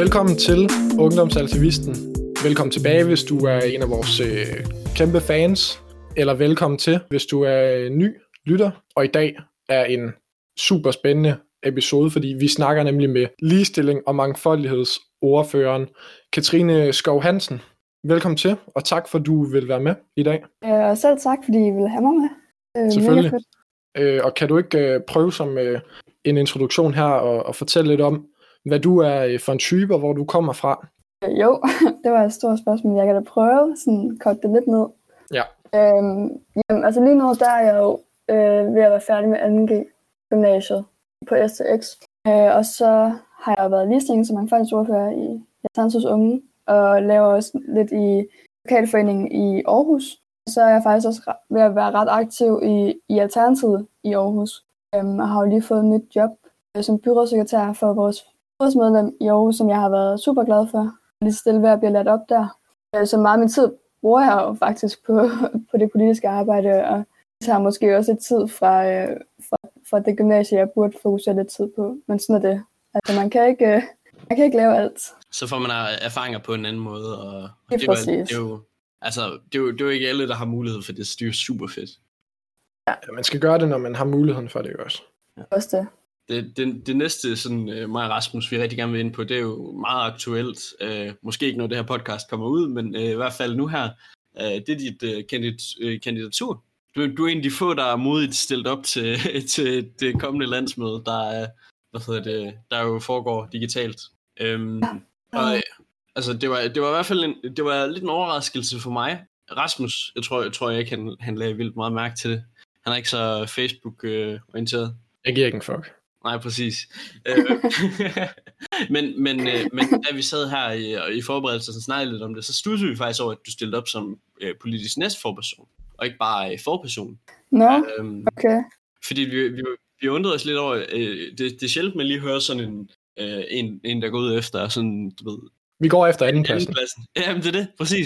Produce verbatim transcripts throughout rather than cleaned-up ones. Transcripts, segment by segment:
Velkommen til Ungdomsaltivisten. Velkommen tilbage, hvis du er en af vores øh, kæmpe fans. Eller velkommen til, hvis du er ny lytter. Og i dag er en super spændende episode, fordi vi snakker nemlig med ligestilling og mangfoldighedsordføreren Katrine Skov Hansen. Velkommen til, og tak for, at du vil være med i dag. Ja, selv tak, fordi I ville have mig med. Øh, Selvfølgelig. Øh, og kan du ikke øh, prøve som øh, en introduktion her og, og fortælle lidt om, hvad du er øh, for en type, og hvor du kommer fra? Øh, jo, det var et stort spørgsmål. Jeg kan da prøve sådan korte det lidt ned. Ja. Øhm, jamen, altså lige nu, der er jeg jo øh, ved at være færdig med anden G gymnasiet på S T X. Øh, og så har jeg jo været ligestillings- og mangfoldighedsordfører i Alternativets Unge, og laver også lidt i lokalforeningen i Aarhus. Så er jeg faktisk også ved at være ret aktiv i, i Alternativet i Aarhus. Øhm, og har jo lige fået et nyt job øh, som byrådssekretær for vores byrådsmedlem i Aarhus, som jeg har været super glad for. Lige stille ved at blive ladt op der. Øh, så meget af min tid bruger jeg jo faktisk på, på det politiske arbejde, og det tager måske også lidt tid fra, øh, fra, fra det gymnasie, jeg burde fokusere lidt tid på. Men sådan er det. Altså man kan ikke, øh, man kan ikke lave alt. Så får man erfaringer på en anden måde, og, og det, det, var, det er jo altså det er jo, det er jo ikke alle, der har mulighed for det, så det er jo super fedt. Ja, man skal gøre det, når man har muligheden for det også. Ja. Også det. Det, det, det næste, sådan, uh, mig og Rasmus, vi rigtig gerne vil ind på, det er jo meget aktuelt. Uh, måske ikke, når det her podcast kommer ud, men uh, i hvert fald nu her, uh, det er dit uh, kandidat, uh, kandidatur. Du, du er en af de få, der er modigt stillet op til, til det kommende landsmøde, der, uh, hvad hedder det, der jo foregår digitalt. Um, ja. Og, altså, det var, det var i hvert fald en, det var lidt en overraskelse for mig. Rasmus, jeg tror, jeg, tror jeg ikke, han, han lagde vildt meget mærke til det. Han er ikke så Facebook-orienteret. Øh, jeg giver ikke en fuck. Nej, præcis. men, men, øh, men da vi sad her i, i forberedelsen og snakkede lidt om det, så studsede vi faktisk over, at du stillede op som øh, politisk næstforperson, og ikke bare øh, forperson. Nå, no, øhm, okay. Fordi vi, vi, vi undrede os lidt over, øh, det, det er sjældent, man lige hører sådan en, øh, en, en der går ud efter sådan, du ved... Vi går efter andenpladsen. andenpladsen. Jamen, det er det, præcis.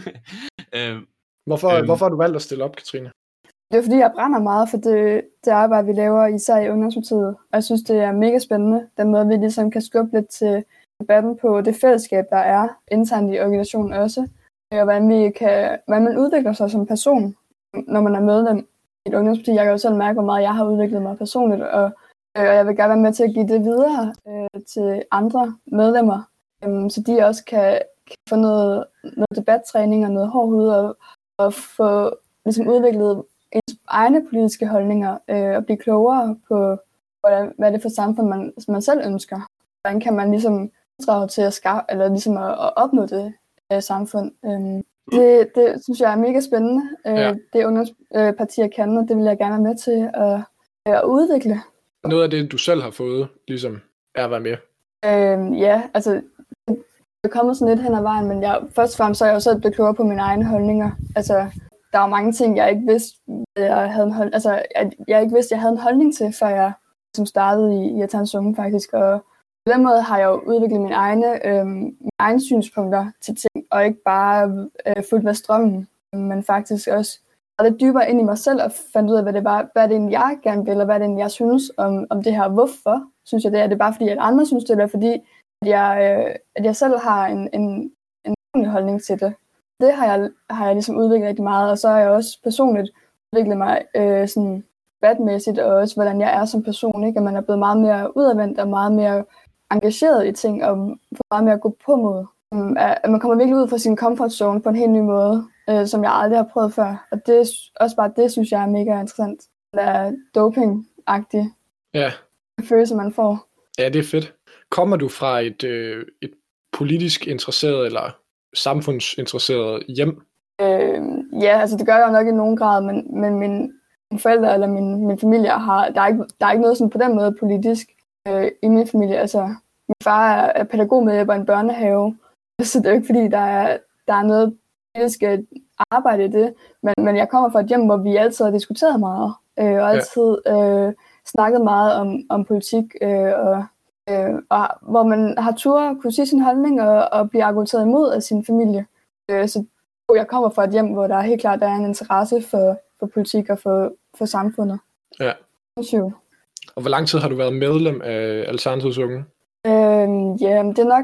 øhm, hvorfor, øhm, hvorfor har du valgt at stille op, Katrine? Det er fordi, jeg brænder meget for det, det arbejde, vi laver, især i Ungdomspartiet. Og jeg synes, det er mega spændende, den måde, vi ligesom kan skubbe lidt til debatten på det fællesskab, der er internt i organisationen også. Og hvordan, vi kan, hvordan man udvikler sig som person, når man er medlem i et ungdomsparti. Jeg kan jo selv mærke, hvor meget jeg har udviklet mig personligt, og, og jeg vil gerne være med til at give det videre øh, til andre medlemmer, øh, så de også kan, kan få noget, noget debattræning og noget hård hud, og, og få ligesom udviklet ens egne politiske holdninger øh, og blive klogere på, hvordan, hvad det er for samfund, man, man selv ønsker. Hvordan kan man ligesom bidrage til at skabe, eller ligesom at, at opnå det øh, samfund. Øh, det, det synes jeg er mega spændende. Øh, ja. Det ungdomspartier øh, kan, og det vil jeg gerne være med til at, øh, at udvikle. Noget af det, du selv har fået, ligesom, er at være med? Øh, ja, altså det er kommet sådan lidt hen ad vejen, men jeg, først og fremmest så er jeg jo selv blevet klogere på mine egne holdninger. Altså, der var mange ting, jeg ikke vidste, jeg havde en hold... altså, jeg, jeg ikke vidste, jeg havde en holdning til, før jeg som startede i, i Alternativets Unge faktisk. Og på den måde har jeg jo udviklet mine egne, øh, mine egne synspunkter til ting, og ikke bare øh, fulgt med strømmen, men faktisk også lidt dybere ind i mig selv og fandt ud af, hvad det var, hvad det er, jeg gerne vil, og hvad det er, jeg synes om, om det her. Hvorfor synes jeg det? Er det bare fordi, at andre synes det, eller fordi, at jeg, øh, at jeg selv har en, en, en holdning til det? Det har jeg, har jeg ligesom udviklet rigtig meget, og så har jeg også personligt udviklet mig øh, sådan debatmæssigt, og også hvordan jeg er som person, ikke? At man er blevet meget mere udadvendt og meget mere engageret i ting, og får meget mere at gå på mod. Um, at man kommer virkelig ud fra sin comfort zone på en helt ny måde, øh, som jeg aldrig har prøvet før. Og det er også bare det, synes jeg er mega interessant. Det er doping-agtigt. Ja. Følelse, man får. Ja, det er fedt. Kommer du fra et, øh, et politisk interesseret eller samfundsinteresseret hjem? Øh, ja, altså det gør jeg jo nok i nogen grad, men, men min, mine forældre eller min, min familie har, der er ikke, der er ikke noget sådan på den måde politisk øh, i min familie. Altså, min far er, er pædagogmedhjælper i en børnehave, så det er jo ikke fordi, der er, der er noget politisk arbejde i det, men, men jeg kommer fra et hjem, hvor vi altid har diskuteret meget, øh, og altid øh, snakket meget om, om politik, øh, og Øh, og hvor man har tur kunne sige sin holdning og, og blive argumenteret imod af sin familie. Øh, så jeg kommer fra et hjem, hvor der helt klart er en interesse for, for politik og for, for samfundet. Ja. Og hvor lang tid har du været medlem af Alternativets Unge? Øh, ja, det er nok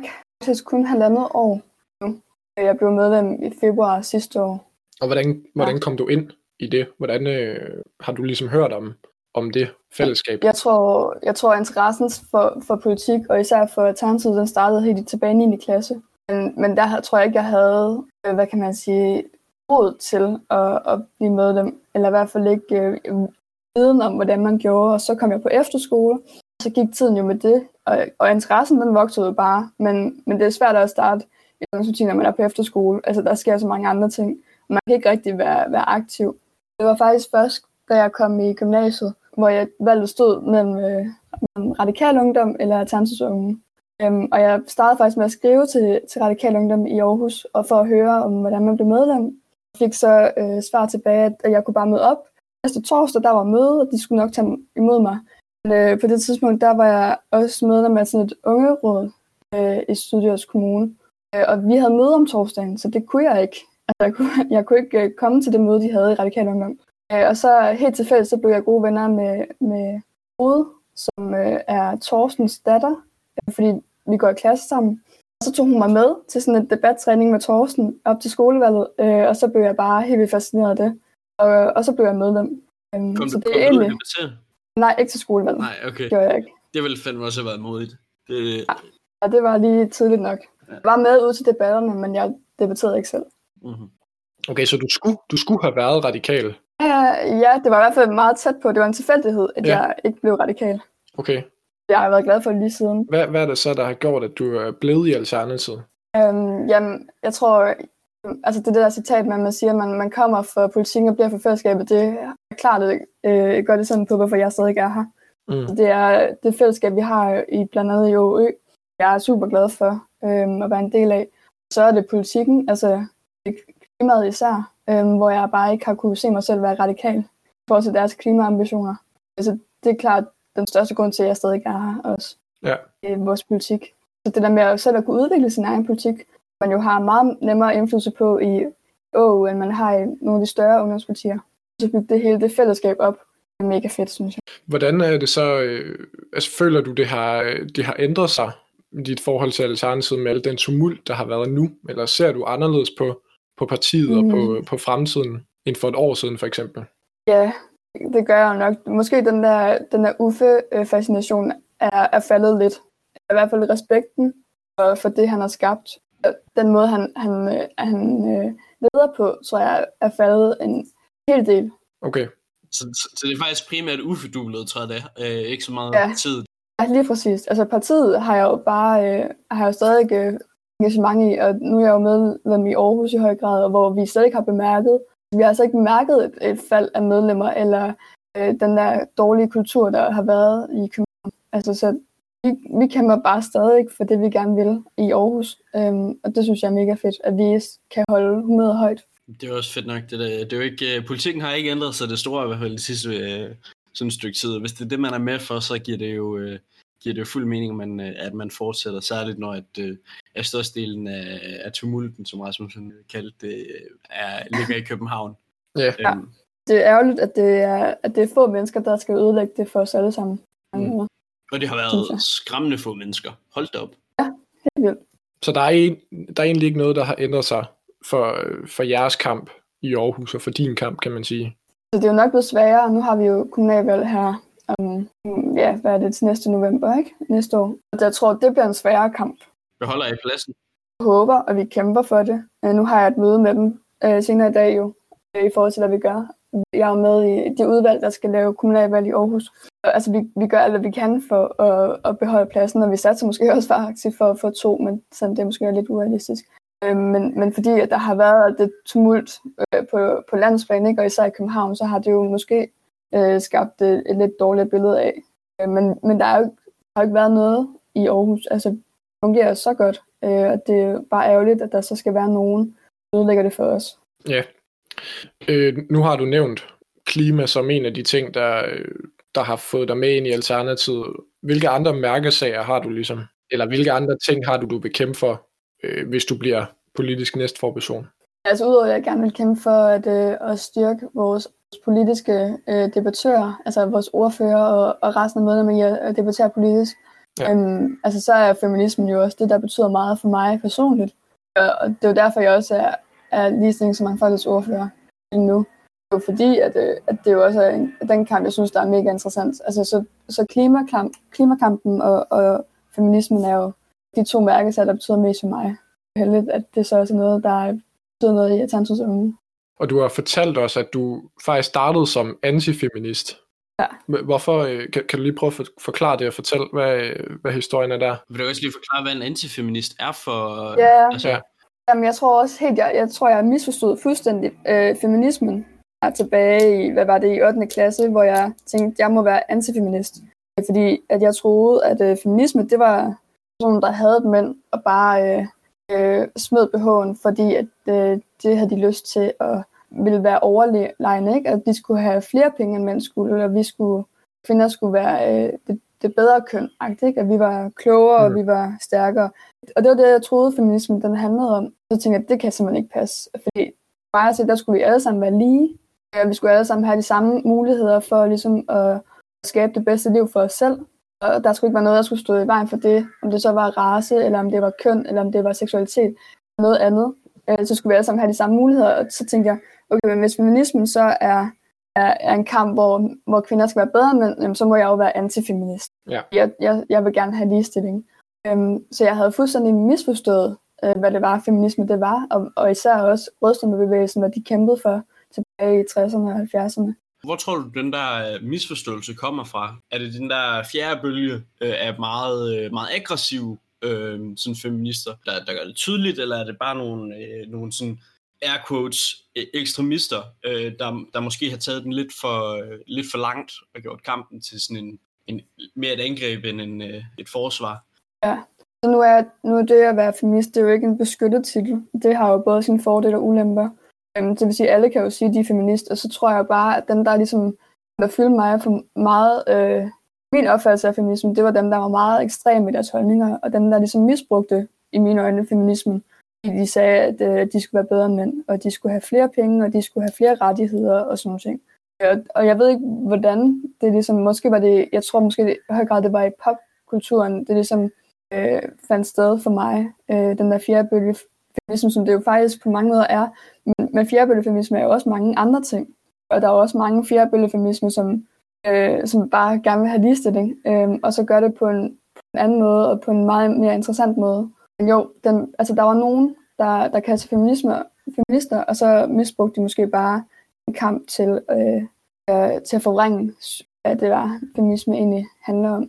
faktisk kun halvandet år nu. Jeg blev medlem i februar sidste år. Og hvordan, hvordan kom du ind i det? Hvordan øh, har du ligesom hørt om, om det fællesskab? Jeg tror, jeg tror interessen for, for politik, og især for Alternativet, den startede helt tilbage i niende klasse. Men, men der tror jeg ikke, jeg havde, hvad kan man sige, råd til at, at blive medlem, eller i hvert fald ikke øh, viden om, hvordan man gjorde. Og så kom jeg på efterskole, og så gik tiden jo med det, og, og interessen den voksede jo bare. Men, men det er svært at starte i ungdomspartiet, når man er på efterskole. Altså, der sker så mange andre ting, og man kan ikke rigtig være, være aktiv. Det var faktisk først, da jeg kom i gymnasiet, hvor jeg valgte stod mellem, øh, mellem Radikal Ungdom eller Alternativsunge. Um, og jeg startede faktisk med at skrive til, til Radikal Ungdom i Aarhus, og for at høre om, hvordan man blev medlem. Jeg fik så øh, svar tilbage, at jeg kunne bare møde op. Næste torsdag, der var møde, og de skulle nok tage imod mig. Men, øh, på det tidspunkt, der var jeg også medlem af sådan et ungeråd øh, i Sydjyllands Kommune. Øh, og vi havde møde om torsdagen, så det kunne jeg ikke. Altså, jeg kunne, jeg kunne ikke øh, komme til det møde, de havde i Radikal Ungdom. Øh, og så helt tilfældigt, så blev jeg gode venner med, med Rode, som øh, er Torstens datter, øh, fordi vi går i klasse sammen. Og så tog hun mig med til sådan en debattræning med Torsten op til skolevalget, øh, og så blev jeg bare helt vildt fascineret af det. Og, og så blev jeg medlem. Øhm, kom så du, det kom er du egentlig... til? Nej, ikke til skolevalget. Nej, okay. Det gjorde jeg ikke. Det ville fandme også have været modigt. Det... Ja. ja, det var lige tidligt nok. Ja. Jeg var med ud til debatterne, men jeg debatterede ikke selv. Mm-hmm. Okay, så du skulle, du skulle have været radikal? Ja, ja, det var i hvert fald meget tæt på. Det var en tilfældighed, at ja. jeg ikke blev radikal. Okay. Jeg har været glad for det lige siden. Hvad, hvad er det så, der har gjort, at du er blevet i Alternativet? Øhm, jamen, jeg tror, altså det der citat, man, man siger, at man, man kommer for politikken og bliver for fællesskabet, det er klart et øh, godt eksempel på, hvorfor jeg stadig er her. Mm. Det er det fællesskab, vi har i blandt andet i O Ø. Jeg er super glad for øh, at være en del af. Så er det politikken, altså klimaet især, øh, hvor jeg bare ikke har kunne se mig selv være radikal i forhold til deres klimaambitioner. Altså det er klart den største grund til, at jeg stadig er her også. Ja. I vores politik. Så det der med at selv at kunne udvikle sin egen politik, man jo har meget nemmere indflydelse på i O, end man har i nogle af de større ungdomspartier. Så bygge det hele det fællesskab op. Det er mega fedt, synes jeg. Hvordan er det så, øh, altså føler du, det har, det har ændret sig, dit forhold til Alternativet med al den tumult, der har været nu? Eller ser du anderledes på, på partiet mm. og på, på fremtiden, end for et år siden for eksempel? Ja, det gør jeg nok. Måske den der, den der Uffe-fascination er, er faldet lidt. I hvert fald respekten for, for det, han har skabt. Den måde, han, han, han øh, leder på, tror jeg, er faldet en hel del. Okay. Så, så, så det er faktisk primært Uffe, du er blevet træt af, øh, ikke så meget ja. tid? Ja, lige præcis. Altså partiet har jeg jo bare, øh, har jeg jo stadig øh, engagement i, og nu er jeg jo medlem i Aarhus i høj grad, hvor vi slet ikke har bemærket. Vi har altså ikke bemærket et, et fald af medlemmer, eller øh, den der dårlige kultur, der har været i København. Altså så vi, vi kæmper bare stadig for det, vi gerne vil i Aarhus, øhm, og det synes jeg er mega fedt, at vi kan holde humøret højt. Det er også fedt nok. Det, der. Det er jo ikke, politikken har ikke ændret sig det store, i hvert fald det sidste øh, sådan et stykke tid. Hvis det er det, man er med for, så giver det jo, øh, giver det jo fuld mening, at man, at man fortsætter, særligt når at, øh, at størstedelen af, af tumulten, som Rasmussen kaldte det, er, ligger i København. Yeah. Ja. Det er ærgerligt, at det er, at det er få mennesker, der skal ødelægge det for os alle sammen. Mm. Og det har været skræmmende få mennesker. Hold da op. Ja, helt vildt. Så der er, en, der er egentlig ikke noget, der har ændret sig for, for jeres kamp i Aarhus, og for din kamp, kan man sige. Så det er jo nok blevet sværere. Nu har vi jo kommunalvalg her om, ja, hvad er det, til næste november, ikke? Næste år. Og jeg tror, det bliver en sværere kamp. Beholder I pladsen? Jeg håber, og vi kæmper for det. Nu har jeg et møde med dem øh, senere i dag jo, i forhold til, hvad vi gør. Jeg er med i de udvalg, der skal lave kommunalvalg i Aarhus. Altså, vi, vi gør alt, hvad vi kan for at, at beholde pladsen, og vi satser måske også faktisk for at få to, men sådan, det er måske lidt urealistisk. Øh, men, men fordi at der har været det tumult øh, på, på landsplan, ikke, og især i København, så har det jo måske øh, skabt et, et lidt dårligt billede af. Øh, men men der, er jo, har jo ikke været noget i Aarhus. Altså, det fungerer så godt, øh, og det er bare ærgerligt, at der så skal være nogen, der ødelægger det for os. Ja. Øh, nu har du nævnt klima som en af de ting, der, der har fået dig med ind i Alternativet. Hvilke andre mærkesager har du ligesom? Eller hvilke andre ting har du, du vil kæmpe for, øh, hvis du bliver politisk næstforperson? Altså udover at jeg gerne vil kæmpe for at, øh, at styrke vores politiske øh, debattører, altså vores ordfører og, og resten af medlemmer i at debattere politisk, Ja. Øhm, altså så er feminismen jo også det, der betyder meget for mig personligt. Og det er jo derfor, jeg også er, er ligestillings- og mangfoldighedsordfører nu. Det er jo fordi, at, at det jo også er en, den kamp, jeg synes, der er mega interessant. Altså så, så klimakamp, klimakampen og, og feminismen er jo de to mærkesager, der betyder mest for mig. Det er heldigt, at det så også er noget, der betyder noget i Alternativets unge. Og du har fortalt os, at du faktisk startede som antifeminist. Ja. Hvorfor, kan, kan du lige prøve at forklare det og fortælle, hvad, hvad historien er der? Vil du også lige forklare, hvad en antifeminist er for... Ja, altså... ja. Jamen, jeg tror også helt, jeg, jeg tror, jeg har misforstået fuldstændig øh, feminismen. Jeg er tilbage i, hvad var det, i ottende klasse, hvor jeg tænkte, jeg må være antifeminist. Fordi at jeg troede, at øh, feminisme, det var sådan, der havde mænd og bare øh, øh, smed B H'en, fordi at øh, det havde de lyst til at ville være overlegne, ikke? At vi skulle have flere penge, end mænd skulle, eller vi skulle, kvinder skulle være øh, det, det bedre køn, ikke? At vi var klogere, mm. og vi var stærkere. Og det var det, jeg troede, feminismen den handlede om. Så tænkte jeg, at det kan simpelthen ikke passe. Fordi bare at se, der skulle vi alle sammen være lige. Vi skulle alle sammen have de samme muligheder for ligesom at skabe det bedste liv for os selv. Og der skulle ikke være noget, der skulle stå i vejen for det. Om det så var race, eller om det var køn, eller om det var seksualitet, eller noget andet. Så skulle vi alle sammen have de samme muligheder. Og så tænkte jeg, okay, men hvis feminismen så er, er, er en kamp, hvor, hvor kvinder skal være bedre, men jamen, så må jeg jo være antifeminist. Ja. Jeg, jeg, jeg vil gerne have ligestilling. Um, så jeg havde fuldstændig misforstået, uh, hvad det var, feminisme det var, og, og især også rødstrømpebevægelsen, hvad de kæmpede for tilbage i tresserne og halvfjerdserne. Hvor tror du, den der misforståelse kommer fra? Er det den der fjerde bølge øh, af meget, øh, meget aggressive øh, sådan feminister, der, der gør det tydeligt, eller er det bare nogle, øh, nogle sådan air quotes ekstremister, øh, der, der måske har taget den lidt for, øh, lidt for langt og gjort kampen til sådan en, en mere et angreb end en, øh, et forsvar? Ja, så nu er, nu er det at være feminist, det er jo ikke en beskyttet titel. Det har jo både sine fordele og ulemper. Det vil sige, at alle kan jo sige, at de er feminist, og så tror jeg bare, at dem, der ligesom, der fyldte mig for meget, øh, min opfattelse af feminismen, det var dem, der var meget ekstreme i deres holdninger, og dem, der ligesom misbrugte i mine øjne feminismen. De sagde, at øh, de skulle være bedre end mænd, og de skulle have flere penge, og de skulle have flere rettigheder og sådan noget. Og, og jeg ved ikke, hvordan det ligesom, måske var det, jeg tror måske i høj grad, det var i popkulturen, det ligesom øh, fandt sted for mig, øh, den der fjerde bølge feminisme, som det jo faktisk på mange måder er. Men, men fjerbølgefeminisme er jo også mange andre ting. Og der er jo også mange fjerbølgefeminisme, som, øh, som bare gerne vil have ligestilling. Øh, og så gør det på en, på en anden måde, og på en meget mere interessant måde. Men jo, den, altså der var nogen, der, der kaldte sig feminisme, feminister, og så misbrugte de måske bare en kamp til, øh, øh, til at forvrænge, hvad det var, feminisme egentlig handler om.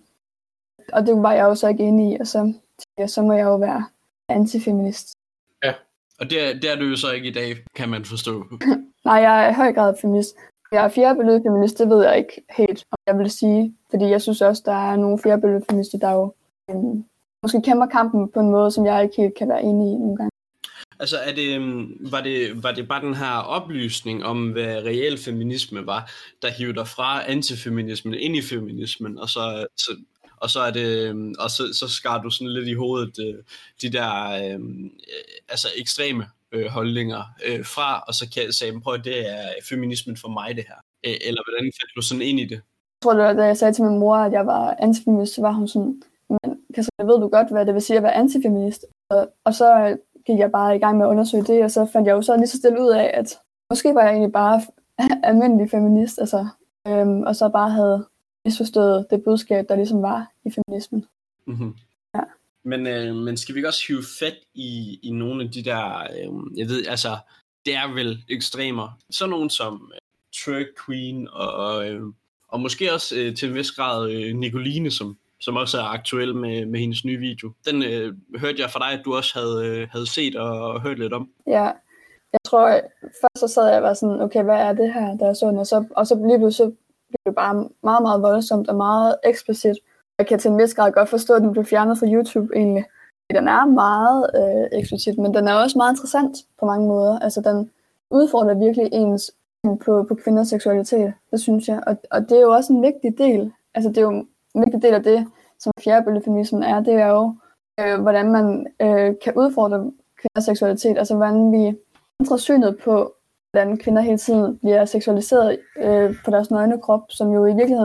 Og det var jeg jo så ikke enig i, og så, ja, så må jeg jo være antifeminist. Ja, og det er, det er du jo så ikke i dag, kan man forstå. Nej, jeg er i høj grad feminist. Jeg er fjerbølgefeminist, det ved jeg ikke helt, om jeg vil sige. Fordi jeg synes også, der er nogle fjerbølgefeminister, der jo um, måske kæmper kampen på en måde, som jeg ikke helt kan være enig i nogle gange. Altså, er det, var, det, var det bare den her oplysning om, hvad reel feminisme var, der hiver dig fra antifeminismen ind i feminismen, og så... så Og så er det, og så, så skar du sådan lidt i hovedet øh, de der øh, altså ekstreme øh, holdninger øh, fra, og så kan, sagde jeg, prøv at det er feminismen for mig det her. Øh, eller hvordan fandt du sådan ind i det? Jeg tror, det var, da jeg sagde til min mor, at jeg var antifeminist, så var hun sådan, men Katrine, ved du godt, hvad det vil sige at være antifeminist? Og, og så gik jeg bare i gang med at undersøge det, og så fandt jeg jo så lige så stille ud af, at måske var jeg egentlig bare almindelig feminist, altså, øhm, og så bare havde misforstået det budskab, der ligesom var i feminismen. Mm-hmm. Ja. Men, øh, men skal vi ikke også hive fat i, i nogle af de der, øh, jeg ved, altså, det er vel ekstremer. Sådan nogen som øh, Twerk Queen, og, øh, og måske også øh, til en vis grad øh, Nicoline, som, som også er aktuel med, med hendes nye video. Den øh, hørte jeg fra dig, at du også havde, øh, havde set og, og hørt lidt om. Ja, jeg tror, først så sad jeg og var sådan, okay, hvad er det her, der er sådan, og så, og så lige pludselig blev det bare meget, meget voldsomt og meget eksplicit. Jeg kan til en vis grad godt forstå, at den blev fjernet fra YouTube egentlig. Den er meget øh, eksplicit, men den er også meget interessant på mange måder. Altså, den udfordrer virkelig ens på, på kvinders seksualitet, det synes jeg. Og, og det er jo også en vigtig del. Altså, det er jo en vigtig del af det, som fjerbølgefeminismen er. Det er jo, øh, hvordan man øh, kan udfordre kvinders seksualitet. Altså, hvordan vi ændrer synet på, hvordan kvinder hele tiden bliver seksualiseret øh, på deres nøgne krop, som jo i virkeligheden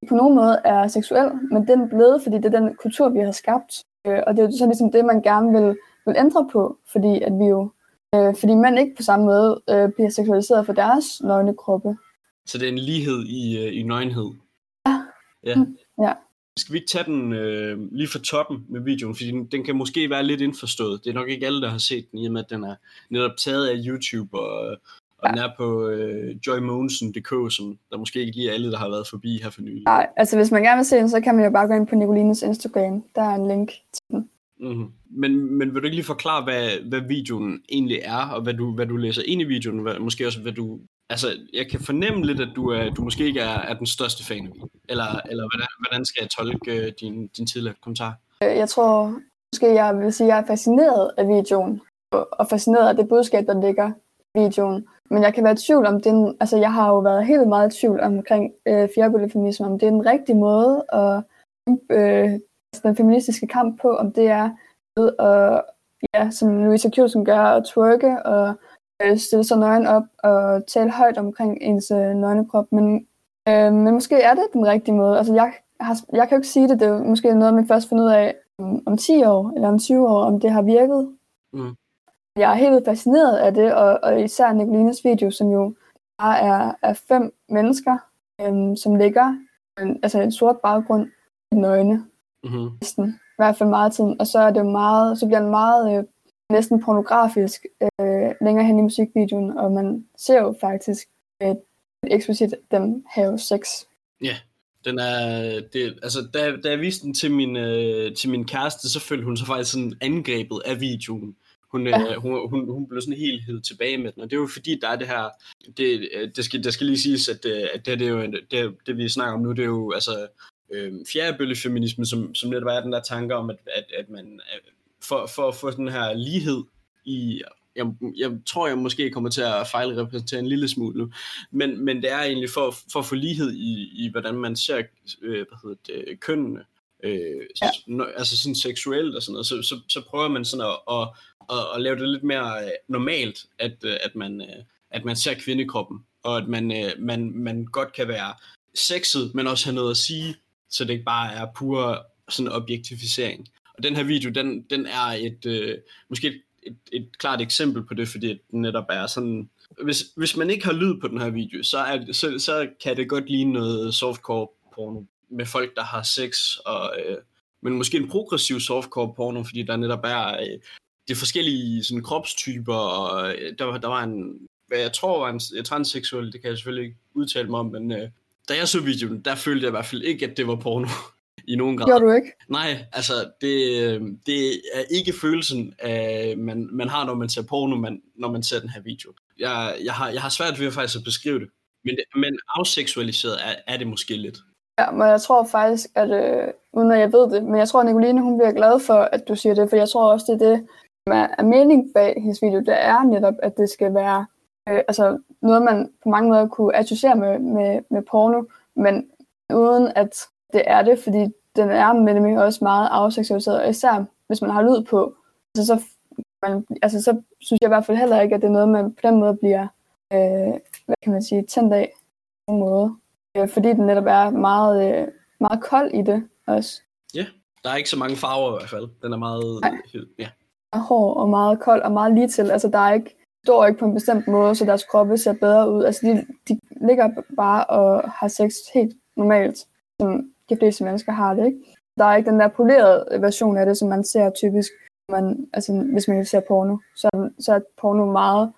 på nogen måde er seksuel, men den er blevet, fordi det er den kultur, vi har skabt. Øh, og det er jo så ligesom det, man gerne vil, vil ændre på, fordi at vi jo, øh, fordi mænd ikke på samme måde øh, bliver seksualiseret for deres nøgne kroppe. Så det er en lighed i, i nøgenhed? Ja. Ja. Mm, ja. Skal vi ikke tage den øh, lige fra toppen med videoen, fordi den, den kan måske være lidt indforstået. Det er nok ikke alle, der har set den, i og med at den er netop taget af YouTube, og, og ja. Den er på øh, joy mogensen punktum d k, som der måske ikke lige er alle, der har været forbi her for nylig. Nej, altså hvis man gerne vil se den, så kan man jo bare gå ind på Nicolines Instagram. Der er en link til den. Mm-hmm. Men, men vil du ikke lige forklare, hvad, hvad videoen egentlig er, og hvad du, hvad du læser ind i videoen, hvad, måske også hvad du... Altså, jeg kan fornemme lidt, at du, er, du måske ikke er, er den største fan af videoen. Eller, eller hvordan, hvordan skal jeg tolke din, din tidligere kommentar? Jeg tror, måske jeg vil sige, at jeg er fascineret af videoen, og fascineret af det budskab, der ligger i videoen. Men jeg kan være i tvivl om den, altså jeg har jo været helt meget i tvivl omkring øh, fjerbøllefeminisme, om det er den rigtige måde at øh, den feministiske kamp på, om det er ved at, ja, som Louisa Kjølsen gør, at twerke og øh, stille sig nøgen op og tale højt omkring ens øh, nøgne krop. Men, øh, men måske er det den rigtige måde. Altså jeg, har, jeg kan jo ikke sige det, det er måske noget, man først finder ud af om, om ti år eller om tyve år, om det har virket. Mm. Jeg er helt fascineret af det, og, og især Nicolines video, som jo bare er, er fem mennesker, øhm, som ligger en, altså en sort baggrund i nøgne. Mm-hmm. Næsten, i hvert fald meget tid. Og så er det meget, så bliver den meget øh, næsten pornografisk øh, længere hen i musikvideoen, og man ser jo faktisk øh, eksplicit dem have sex. Ja, den er, det, altså da, da jeg viste den til min, øh, til min kæreste, så følte hun sig faktisk sådan angrebet af videoen. Hun, ja. øh, hun, hun, hun blev sådan helt hed tilbage med den, og det er jo fordi, der er det her, det, det, skal, det skal lige siges, at, at det, det, er jo, det, det vi snakker om nu, det er jo altså øh, fjerdebølgefeminisme, som, som lidt var den der tanker om, at, at, at man for, for at få den her lighed i, jeg, jeg tror, jeg måske kommer til at fejlrepræsentere en lille smule nu, men, men det er egentlig for, for at få lighed i, i hvordan man ser øh, hvad hedder det, kønnene, øh, ja. altså sådan seksuelt og sådan noget, så, så, så prøver man sådan at, at Og, og lave det lidt mere øh, normalt, at, øh, at, man, øh, at man ser kvindekroppen, og at man, øh, man, man godt kan være sexet, men også have noget at sige, så det ikke bare er pure sådan objektificering. Og den her video, den, den er et øh, måske et, et, et klart eksempel på det, fordi den netop er sådan, hvis, hvis man ikke har lyd på den her video, så, er, så, så kan det godt ligne noget softcore porno med folk, der har sex, og, øh, men måske en progressiv softcore porno, fordi der netop er øh, det er forskellige sådan, kropstyper, og der, der var en, hvad jeg tror var en transseksuel, det kan jeg selvfølgelig ikke udtale mig om, men øh, da jeg så videoen, der følte jeg i hvert fald ikke, at det var porno i nogen grad. Gjorde du ikke? Nej, altså det, det er ikke følelsen, af, man, man har, når man ser porno, man, når man ser den her video. Jeg, jeg, har, jeg har svært ved at faktisk at beskrive det, men, det, men afseksualiseret er, er det måske lidt. Ja, men jeg tror faktisk, at øh, uden at jeg ved det, men jeg tror, at Nicoline, hun bliver glad for, at du siger det, for jeg tror også, det er det, er mening bag hendes video, det er netop, at det skal være øh, altså noget, man på mange måder kunne associere med, med, med porno, men uden at det er det, fordi den er nemlig også meget afseksualiseret, og især hvis man har lyd på, altså, så, man, altså, så synes jeg i hvert fald heller ikke, at det er noget, man på den måde bliver, øh, hvad kan man sige, tændt af på en måde, øh, fordi den netop er meget, øh, meget kold i det også. Ja, der er ikke så mange farver i hvert fald, den er meget, ja. Hård og meget kold og meget lige til. Altså, der er ikke, står ikke på en bestemt måde, så deres kroppe ser bedre ud. Altså, de, de ligger bare og har sex helt normalt, som de fleste mennesker har det, ikke? Der er ikke den der polerede version af det, som man ser typisk, man, altså, hvis man ser porno. Så, så er porno meget,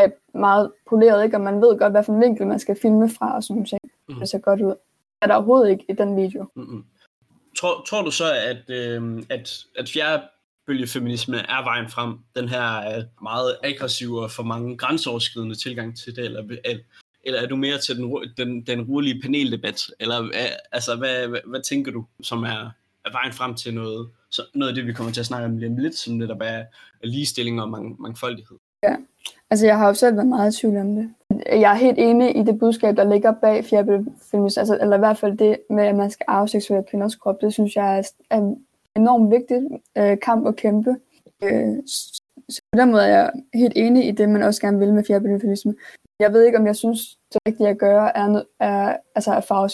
meget poleret, ikke? Og man ved godt, hvad for en vinkel man skal filme fra, og sådan nogle ting. Mm. Det ser godt ud. Det er der overhovedet ikke i den video. Mm-hmm. Tror, tror du så, at, øh, at, at fjerde bølgefeminisme er vejen frem, den her meget aggressive og for mange grænseoverskridende tilgang til det, eller, eller er du mere til den, den, den rolige paneldebat, eller altså, hvad, hvad, hvad tænker du, som er, er vejen frem til noget, så noget af det, vi kommer til at snakke om lige lidt, som netop er ligestilling og mang, mangfoldighed? Ja, altså jeg har jo selv været meget i tvivl om det. Jeg er helt enig i det budskab, der ligger bag fjerdebølgefeminisme, altså, eller i hvert fald det med, at man skal afseksuere kvinders krop, det synes jeg er, er enormt vigtigt øh, kamp at kæmpe. Øh, så på den måde er jeg helt enig i det, man også gerne vil med fjerdebølgefeminisme. Jeg ved ikke, om jeg synes, det rigtige at gøre er, er, altså er farvesødt.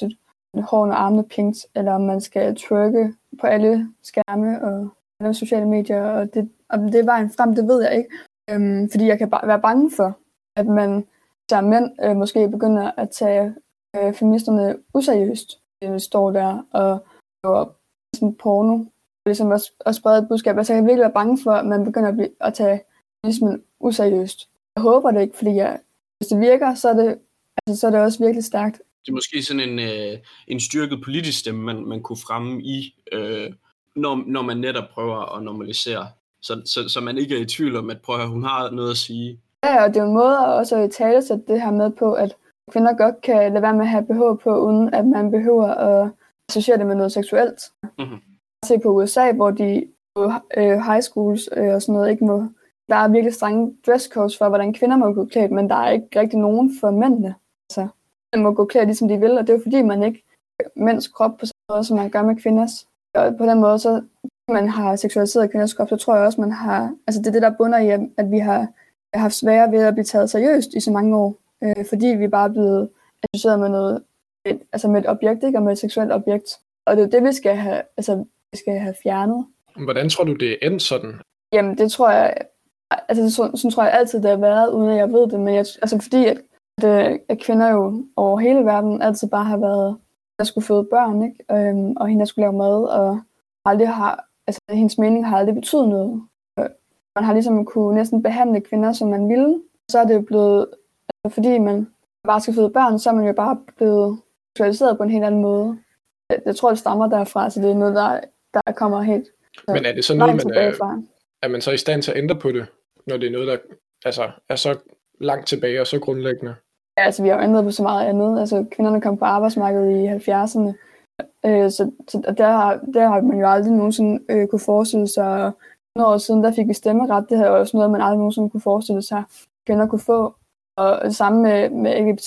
hårene og armene pinkt, eller om man skal twerke på alle skærme og alle sociale medier, og det, om det er vejen frem, det ved jeg ikke. Øhm, fordi jeg kan bare være bange for, at man der mænd øh, måske begynder at tage øh, feministerne useriøst. Det står der og laver sådan porno, og ligesom også, også sprede et budskab. Altså jeg kan virkelig være bange for, at man begynder at, blive, at tage feminismen useriøst. Jeg håber det ikke, fordi jeg, hvis det virker, så er det, altså, så er det også virkelig stærkt. Det er måske sådan en, øh, en styrket politisk stemme, man, man kunne fremme i, øh, når, når man netop prøver at normalisere. Så, så, så man ikke er i tvivl om, at prøv at hun har noget at sige. Ja, og det er en måde også at italesætte det her med på, at kvinder godt kan lade være med at have B H på, uden at man behøver at associere det med noget seksuelt. Mm-hmm. Se på U S A, hvor de på øh, high schools øh, og sådan noget ikke må. Der er virkelig strenge dresscodes for, hvordan kvinder må gå klædt, men der er ikke rigtig nogen for mændene. Altså, man må gå klædt ligesom de vil, og det er jo fordi, man ikke mænds krop på samme måde, som man gør med kvinders. Og på den måde, så man har seksualiseret kvinders krop, så tror jeg også, man har, altså det er det, der bunder i, at vi har haft svære ved at blive taget seriøst i så mange år, øh, fordi vi bare er blevet associeret med noget, et, altså med et objekt, ikke, og med et seksuelt objekt. Og det er det, vi skal have, altså, vi skal have fjernet. Hvordan tror du, det er endt sådan? Jamen, det tror jeg, altså sådan, sådan tror jeg altid, det har været, uden at jeg ved det, men jeg, altså fordi, at, at, at kvinder jo over hele verden altid bare har været, der skulle føde børn, ikke, øhm, og hende, der skulle lave mad, og aldrig har, altså hendes mening har aldrig betydet noget. Man har ligesom kunne næsten behandle kvinder, som man ville. Så er det blevet, altså fordi man bare skal føde børn, så er man jo bare blevet seksualiseret på en helt anden måde. Jeg, jeg tror, det stammer derfra, så det er noget, der, der kommer helt. Men er det så noget, man er, er man så i stand til at ændre på det, når det er noget, der altså, er så langt tilbage og så grundlæggende? Ja, altså vi har jo ændret på så meget andet. Altså kvinderne kom på arbejdsmarkedet i halvfjerdserne, øh, så, så der, har, der har man jo aldrig nogensinde øh, kunne forestille sig. Nogle år siden, der fik vi stemmeret. Det havde også noget, man aldrig nogensinde kunne forestille sig, at kvinder kunne få. Og det samme med, med L G B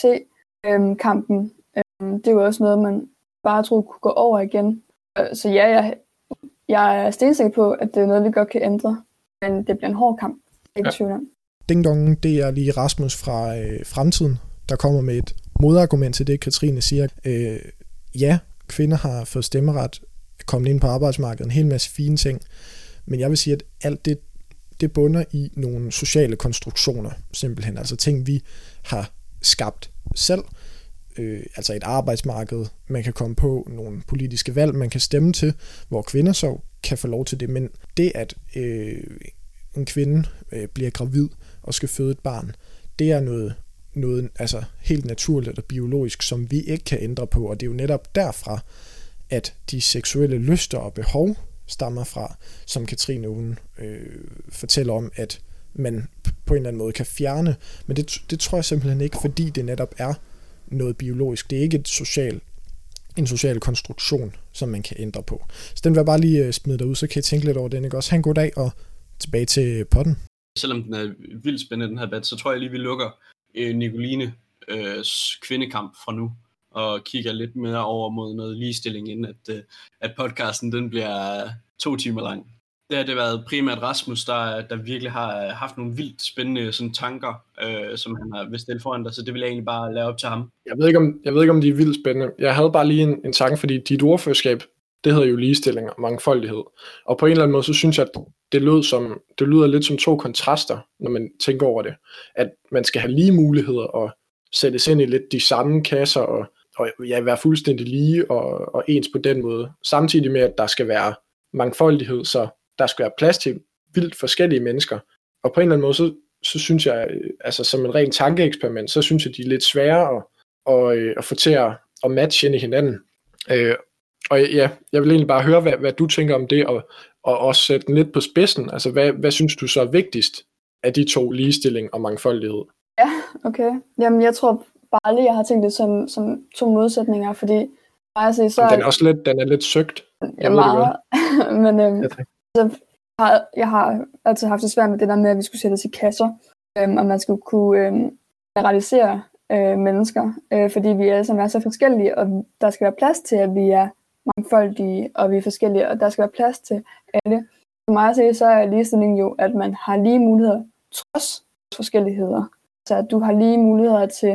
T-kampen. Øhm, det var også noget, man bare troede kunne gå over igen. Så ja, jeg, jeg er stensikker på, at det er noget, vi godt kan ændre. Men det bliver en hård kamp. Ikke tvivl om. Ding dong, det er lige Rasmus fra øh, Fremtiden, der kommer med et modargument til det, Katrine siger. Øh, ja, kvinder har fået stemmeret, kommet ind på arbejdsmarkedet, en hel masse fine ting. Men jeg vil sige, at alt det, det bunder i nogle sociale konstruktioner, simpelthen. Altså ting, vi har skabt selv. Øh, altså et arbejdsmarked, man kan komme på, nogle politiske valg, man kan stemme til, hvor kvinder så kan få lov til det. Men det, at øh, en kvinde øh, bliver gravid og skal føde et barn, det er noget, noget altså helt naturligt og biologisk, som vi ikke kan ændre på. Og det er jo netop derfra, at de seksuelle lyster og behov stammer fra, som Katrine hun øh, fortæller om, at man på en eller anden måde kan fjerne. Men det, det tror jeg simpelthen ikke, fordi det netop er noget biologisk. Det er ikke et social, en social konstruktion, som man kan ændre på. Så den vil jeg bare lige uh, smide derud, så kan jeg tænke lidt over den. Ikke også? Ha' en god dag, og tilbage til podden. Selvom den er vildt spændende, den her debat, så tror jeg lige, vi lukker øh, Nicoline øh, kvindekamp fra nu, og kigger lidt mere over mod noget ligestilling, inden at, øh, at podcasten den bliver to timer lang. Det har det været primært Rasmus, der, der virkelig har haft nogle vildt spændende sådan, tanker, øh, som han har vil stille foran dig, så det vil jeg egentlig bare lade op til ham. Jeg ved ikke, om, jeg ved ikke, om de er vildt spændende. Jeg havde bare lige en, en tanke, fordi dit ordførerskab, det hedder jo ligestilling og mangfoldighed. Og på en eller anden måde, så synes jeg, at det lyder, som, det lyder lidt som to kontraster, når man tænker over det. At man skal have lige muligheder og sættes ind i lidt de samme kasser og, og ja, være fuldstændig lige og, og ens på den måde. Samtidig med, at der skal være mangfoldighed, så der skal være plads til vildt forskellige mennesker. Og på en eller anden måde, så, så synes jeg, altså som en ren tankeeksperiment, så synes jeg, de er lidt svære at, at, at få til at, at matche ind i hinanden. Øh, og ja, jeg vil egentlig bare høre, hvad, hvad du tænker om det, og, og også sætte den lidt på spidsen. Altså, hvad, hvad synes du så er vigtigst af de to, ligestilling og mangfoldighed? Ja, okay. Jamen, jeg tror bare lige, jeg har tænkt det som, som to modsætninger, fordi altså, så den er også lidt, den er lidt søgt. Ja, meget. Men øhm, jeg, altså, har, jeg har altid haft det svært med det der med, at vi skulle sættes i kasser, øhm, og man skulle kunne øhm, generalisere øh, mennesker, øh, fordi vi alle sammen er så forskellige, og der skal være plads til, at vi er mangfoldige, og vi er forskellige, og der skal være plads til alle. For mig at se, så er ligestilling jo, at man har lige muligheder trods forskelligheder. Så at du har lige muligheder til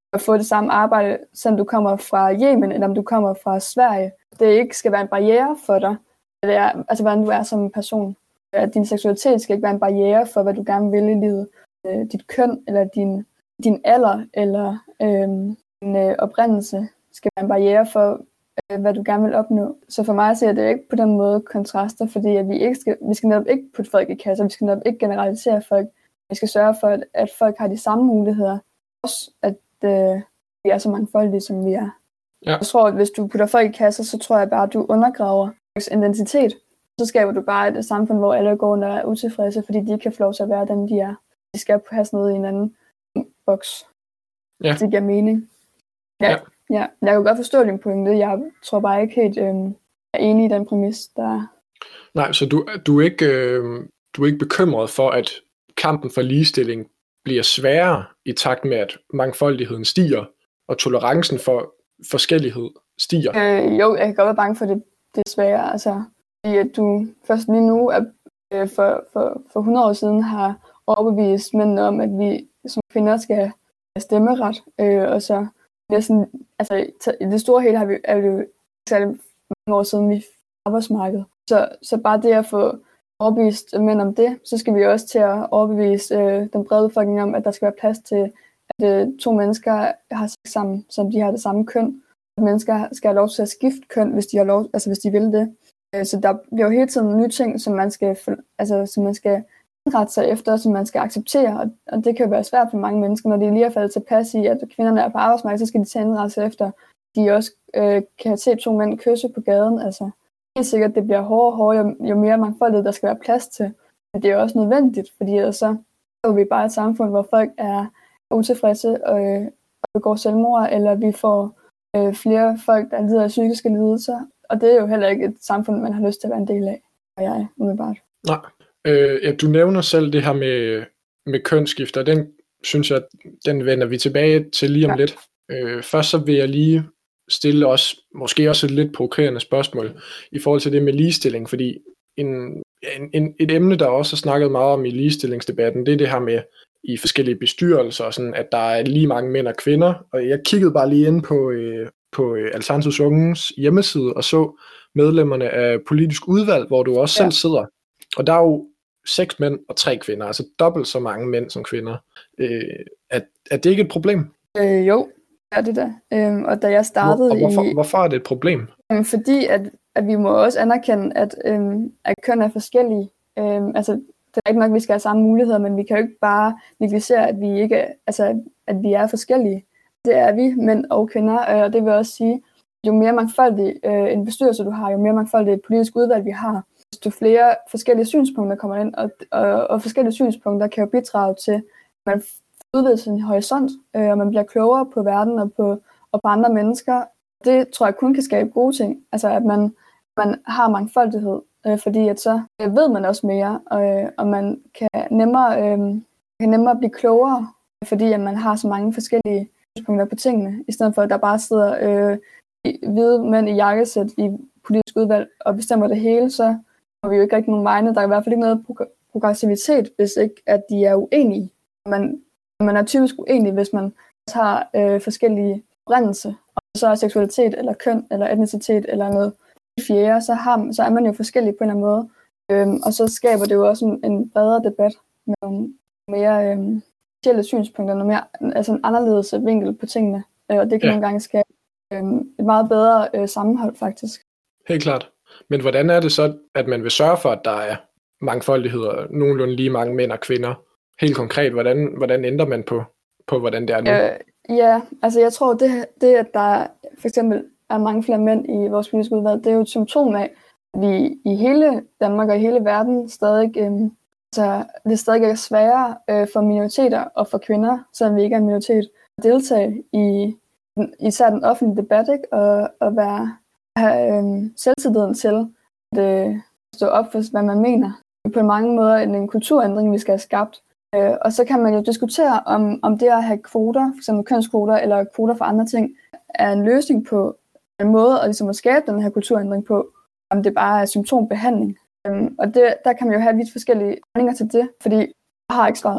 at få det samme arbejde, som du kommer fra Yemen, eller om du kommer fra Sverige. Det ikke skal være en barriere for dig, det er, altså hvordan du er som person. At din seksualitet skal ikke være en barriere for, hvad du gerne vil i livet. Øh, dit køn, eller din, din alder, eller øh, din øh, oprindelse skal være en barriere for, øh, hvad du gerne vil opnå. Så for mig ser det ikke på den måde kontraster, fordi at vi, ikke skal, vi skal netop ikke putte folk i kasser, vi skal netop ikke generalisere folk. Vi skal sørge for, at, at folk har de samme muligheder. Også at øh, vi er så mangfoldige, som vi er. Ja. Jeg tror, at hvis du putter folk i kasser, så tror jeg bare, at du undergraver folks identitet. Så skaber du bare et samfund, hvor alle går under er utilfredse, fordi de ikke kan få lov til at være den, de er. De skal passe noget i en anden boks. Ja. Det giver mening. Ja, ja. Ja. Jeg kan godt forstå din pointe. Jeg tror bare ikke helt, øh, er enig i den præmis, der. Nej, så du, du, er ikke, øh, du er ikke bekymret for, at kampen for ligestilling bliver sværere i takt med, at mangfoldigheden stiger, og tolerancen for forskellighed stiger? Øh, jo, jeg kan godt være bange for, at det, det er sværere. Altså, fordi at du først lige nu, er, øh, for, for, for hundrede år siden, har overbevist mændene om, at vi som kvinder skal have stemmeret. Øh, og så næsten, altså, i det store hele har vi, er det jo særlig mange år siden, vi arbejdsmarkedet. Så, så bare det at få overbevist mænd om det, så skal vi også til at overbevise øh, den brede befolkning om, at der skal være plads til, at øh, to mennesker har sex sammen, som de har det samme køn. At mennesker skal have lov til at skifte køn, hvis de har lov, altså hvis de vil det. Øh, så der bliver jo hele tiden nye ting, som man skal, altså som man skal indrette sig efter, som man skal acceptere, og, og det kan jo være svært for mange mennesker, når de lige er faldet tilpas i, at kvinderne er på arbejdsmarkedet, så skal de til at indrette sig efter, de også øh, kan se to mænd kysse på gaden, altså. Det er sikkert, at det bliver hårdere og hårdere, jo, jo mere mangfoldighed der skal være plads til. Men det er også nødvendigt, fordi så er vi bare et samfund, hvor folk er utilfredse og, øh, og begår selvmord, eller vi får øh, flere folk, der lider af psykiske lidelser. Og det er jo heller ikke et samfund, man har lyst til at være en del af, og jeg umiddelbart. Nej. Øh, ja, du nævner selv det her med, med kønsskifter. Den synes jeg, den vender vi tilbage til lige om ja. lidt. Øh, først så vil jeg lige stille os måske også et lidt provokerende spørgsmål i forhold til det med ligestilling, fordi en, en, en, et emne, der også er snakket meget om i ligestillingsdebatten, det er det her med i forskellige bestyrelser, og sådan, at der er lige mange mænd og kvinder, og jeg kiggede bare lige ind på, øh, på Alternativets Unges hjemmeside og så medlemmerne af politisk udvalg, hvor du også ja. selv sidder, og der er jo seks mænd og tre kvinder, altså dobbelt så mange mænd som kvinder. Øh, er, er det ikke et problem? Øh, jo. Ja, det der. Øhm, og da jeg startede Hvor, og hvorfor, i... hvorfor er det et problem? Øhm, fordi at, at vi må også anerkende, at, øhm, at køn er forskellige. Øhm, altså, det er ikke nok, at vi skal have samme muligheder, men vi kan jo ikke bare negligere, at vi ikke, altså, at vi er forskellige. Det er vi, mænd og kvinder, øh, og det vil også sige, jo mere mangfoldig øh, en bestyrelse du har, jo mere mangfoldig et politisk udvalg vi har, desto flere forskellige synspunkter kommer ind, og, og, og forskellige synspunkter kan jo bidrage til, at man udvide sin horisont, øh, og man bliver klogere på verden og på, og på andre mennesker. Det tror jeg kun kan skabe gode ting. Altså at man, man har mangfoldighed, øh, fordi at så øh, ved man også mere, øh, og man kan nemmere, øh, kan nemmere blive klogere, fordi at man har så mange forskellige synspunkter på tingene, i stedet for at der bare sidder øh, hvide mænd i jakkesæt i politisk udvalg og bestemmer det hele, så har vi jo ikke rigtig nogen vegne. Der er i hvert fald ikke noget progressivitet, hvis ikke at de er uenige. Man Man er typisk uenig, hvis man har øh, forskellige oprindelse, og så er seksualitet, eller køn, eller etnicitet, eller noget fjerde, så, har, så er man jo forskellig på en eller anden måde. Øhm, og så skaber det jo også en, en bredere debat med nogle mere øhm, specielle synspunkter, noget mere, altså en anderledes vinkel på tingene. Øh, og det kan ja. nogle gange skabe øhm, et meget bedre øh, sammenhold, faktisk. Helt klart. Men hvordan er det så, at man vil sørge for, at der er mangfoldighed og nogenlunde lige mange mænd og kvinder? Helt konkret, hvordan, hvordan ændrer man på, på, hvordan det er nu? Øh, ja, altså jeg tror, det, det at der for eksempel er mange flere mænd i vores politiske udvalg, det er jo et symptom af, at vi i hele Danmark og i hele verden stadig, øh, altså, det stadig er sværere øh, for minoriteter og for kvinder, selvom vi ikke er en minoritet, at deltage i især den offentlige debat, ikke? Og, og være, have øh, selvtilliden til at øh, stå op for, hvad man mener. På mange måder en, en kulturændring, vi skal have skabt. Øh, og så kan man jo diskutere, om, om det at have kvoter, f.eks. kønskvoter eller kvoter for andre ting, er en løsning på en måde at, ligesom at skabe den her kulturændring på, om det bare er symptombehandling. Øhm, og det, der kan man jo have vidt forskellige holdninger til det, fordi jeg har ikke svaret.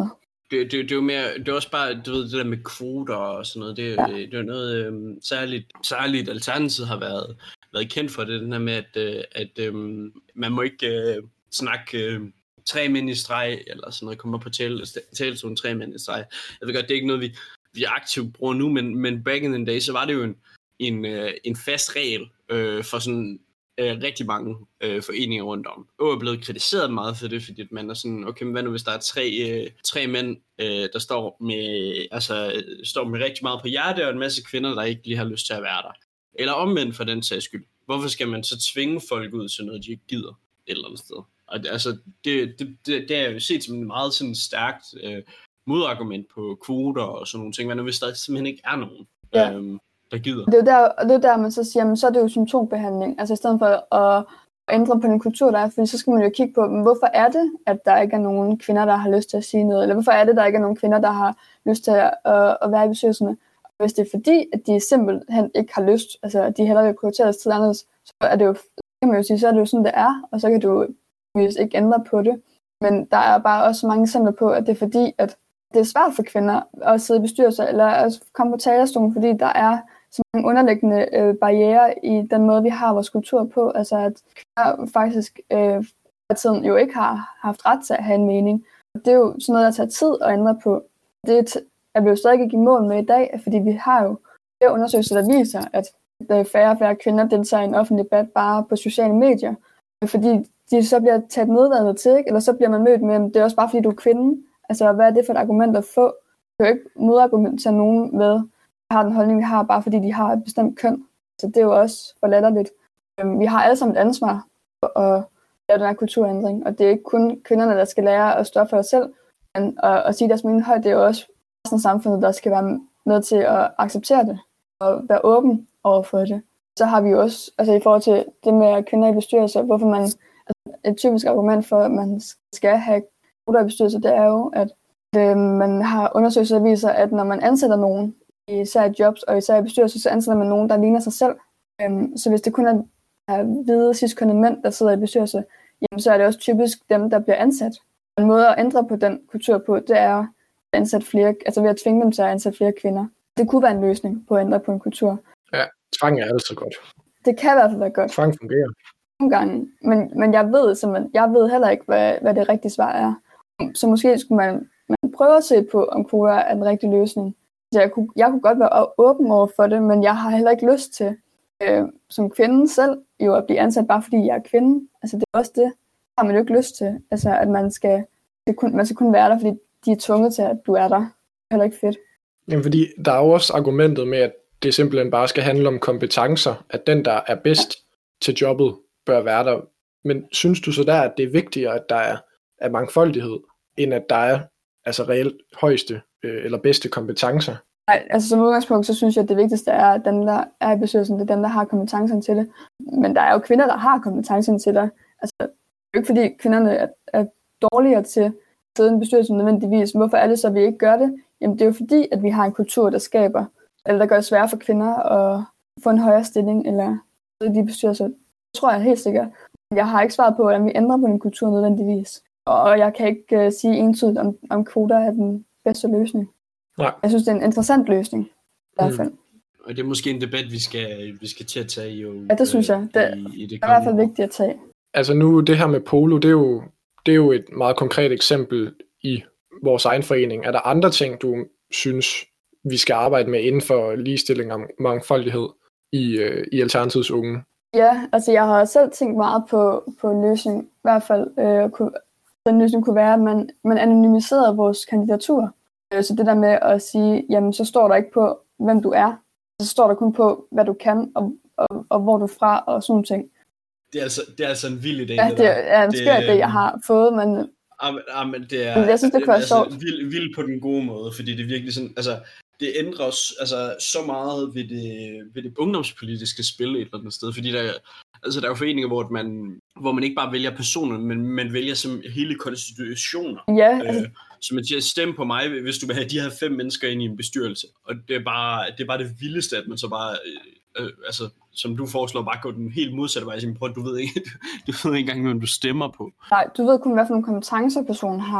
Det, det, det er jo mere, det er også bare, du ved, det der med kvoter og sådan noget, det, ja. det er noget øhm, særligt, særligt Alternativet har været, været kendt for, det den her med, at, øh, at øhm, man må ikke øh, snakke øh, tre mænd i streg, eller sådan noget, komme op på tale, tale sådan tre mænd i streg. Jeg ved godt, det er ikke noget, vi, vi aktivt bruger nu, men, men back in the day, så var det jo en, en, øh, en fast regel øh, for sådan øh, rigtig mange øh, foreninger rundt om. Og er blevet kritiseret meget for det, fordi man er sådan, okay, men hvad nu hvis der er tre, øh, tre mænd, øh, der står med, altså, står med rigtig meget på hjerte, og en masse kvinder, der ikke lige har lyst til at være der. Eller omvendt for den sags skyld. Hvorfor skal man så tvinge folk ud til noget, de ikke gider et eller andet sted? Og det, altså, det, det, det, det er jo set som en meget sådan stærkt øh, modargument på kvoter og sådan nogle ting, men hvis der simpelthen ikke er nogen, ja. øhm, der gider. Det er jo der, og det er der, man så siger, men så er det jo symptombehandling. Altså i stedet for at ændre på den kultur, der er, fordi så skal man jo kigge på, hvorfor er det, at der ikke er nogen kvinder, der har lyst til at sige noget, eller hvorfor er det, der ikke er nogen kvinder, der har lyst til at, at, at være i bestyrelserne. Og hvis det er fordi, at de simpelthen ikke har lyst, altså at de hellere vil prioritere det til andet, så er det jo, kan man jo sige, så er det jo sådan, det er, og så kan du ikke ændre på det. Men der er bare også mange eksempler på, at det er fordi, at det er svært for kvinder at sidde i bestyrelser, eller at komme på talerstolen, fordi der er så mange underliggende øh, barrierer i den måde, vi har vores kultur på. Altså at kvinder faktisk øh, for tiden jo ikke har haft ret til at have en mening. Det er jo sådan noget, der tager tid at ændre på. Det er vi jo stadig ikke i mål med i dag, fordi vi har jo flere undersøgelser, der viser, at der er færre og færre kvinder deltager i en offentlig debat bare på sociale medier. Fordi de så bliver taget nedladende til, ikke? Eller så bliver man mødt med, at det er også bare fordi, du er kvinde. Altså, hvad er det for et argument at få? Det er jo ikke modargumentere nogen med, at har den holdning, vi har, bare fordi de har et bestemt køn. Så det er jo også for latterligt. Vi har alle sammen et ansvar for at lave den her kulturændring, og det er ikke kun kvinderne, der skal lære at stå for sig selv, men at, at sige deres mening højt, det er jo også resten af samfundet, der skal være med til at acceptere det, og være åben over for det. Så har vi jo også, altså i forhold til det med kvinder i bestyrelser, hvorfor man, altså et typisk argument for, at man skal have kvoter i bestyrelser, det er jo, at øh, man har undersøgelser, der viser, at når man ansætter nogen, især i jobs og især i bestyrelser, så ansætter man nogen, der ligner sig selv. Øhm, så hvis det kun er, er hvide, cis-kønnede mænd, der sidder i bestyrelser, jamen, så er det også typisk dem, der bliver ansat. En måde at ændre på den kultur på, det er at ansætte flere, altså ved at tvinge dem til at ansætte flere kvinder. Det kunne være en løsning på at ændre på en kultur. Ja, tvang er altid godt. Det kan i hvert fald være godt. Tvang fungerer. Nogle gange, men, men jeg ved simpelthen, jeg ved heller ikke, hvad, hvad det rigtige svar er. Så måske skulle man, man prøve at se på, om kvoter er den rigtige løsning. Så jeg kunne, jeg kunne godt være åben over for det, men jeg har heller ikke lyst til, øh, som kvinde selv, jo at blive ansat bare fordi jeg er kvinde. Altså det er også det, har man jo ikke lyst til. Altså at man skal, det kun, man skal kun være der, fordi de er tvunget til, at du er der. Det er heller ikke fedt. Jamen fordi der er jo også argumentet med, at det simpelthen bare skal handle om kompetencer, at den, der er bedst til jobbet, bør være der. Men synes du så der, at det er vigtigere, at der er, er mangfoldighed, end at der er altså reelt højeste øh, eller bedste kompetencer? Nej, altså som udgangspunkt, så synes jeg, at det vigtigste er, at dem, der er i bestyrelsen, det er dem, der har kompetencen til det. Men der er jo kvinder, der har kompetencen til det. Altså, det er jo ikke fordi kvinderne er, er dårligere til at sidde i en bestyrelse nødvendigvis. Hvorfor er det så, at vi ikke gør det? Jamen det er jo fordi, at vi har en kultur, der skaber, eller der gør det sværere for kvinder at få en højere stilling, eller i de bestyrelser. Det tror jeg helt sikkert. Jeg har ikke svaret på, hvordan vi ændrer på den kultur nødvendigvis. Og jeg kan ikke uh, sige entydigt, om, om kvoter er den bedste løsning. Nej. Jeg synes, det er en interessant løsning. I hvert fald. Mm. Og det er måske en debat, vi skal, vi skal til at tage jo, ja, det synes jeg. Det, i, i det er i hvert fald vigtigt at tage. Altså nu, det her med polo, det er jo, det er jo et meget konkret eksempel i vores egen forening. Er der andre ting, du synes, vi skal arbejde med inden for ligestilling og mangfoldighed i, øh, i Alternativets unge? Ja, altså jeg har selv tænkt meget på, på en løsning. I hvert fald, øh, kunne, den løsning kunne være, at man, man anonymiserede vores kandidatur. Så det der med at sige, jamen så står der ikke på, hvem du er. Så står der kun på, hvad du kan, og, og, og hvor du er fra, og sådan nogle ting. Det er altså, det er altså en vild idé. Ja, det er en skør idé, jeg har fået, men... Jamen, det er, men jeg synes, det kunne være sjovt. Altså, vild, vild på den gode måde, fordi det er virkelig sådan, altså, det ændrer os altså, så meget ved det, ved det ungdomspolitiske spil et eller andet sted, fordi der, altså, der er jo foreninger, hvor man, hvor man ikke bare vælger personer, men man vælger som hele konstitutioner. Ja, altså... øh, så man siger, stem på mig, hvis du vil have de her fem mennesker ind i en bestyrelse. Og det er bare det, er bare det vildeste, at man så bare, øh, øh, altså, som du foreslår, bare går den helt modsatte vej. Prøv, du ved ikke, du, du ved ikke engang, hvem du stemmer på. Nej, du ved kun, hvad for nogle kompetencer personen har.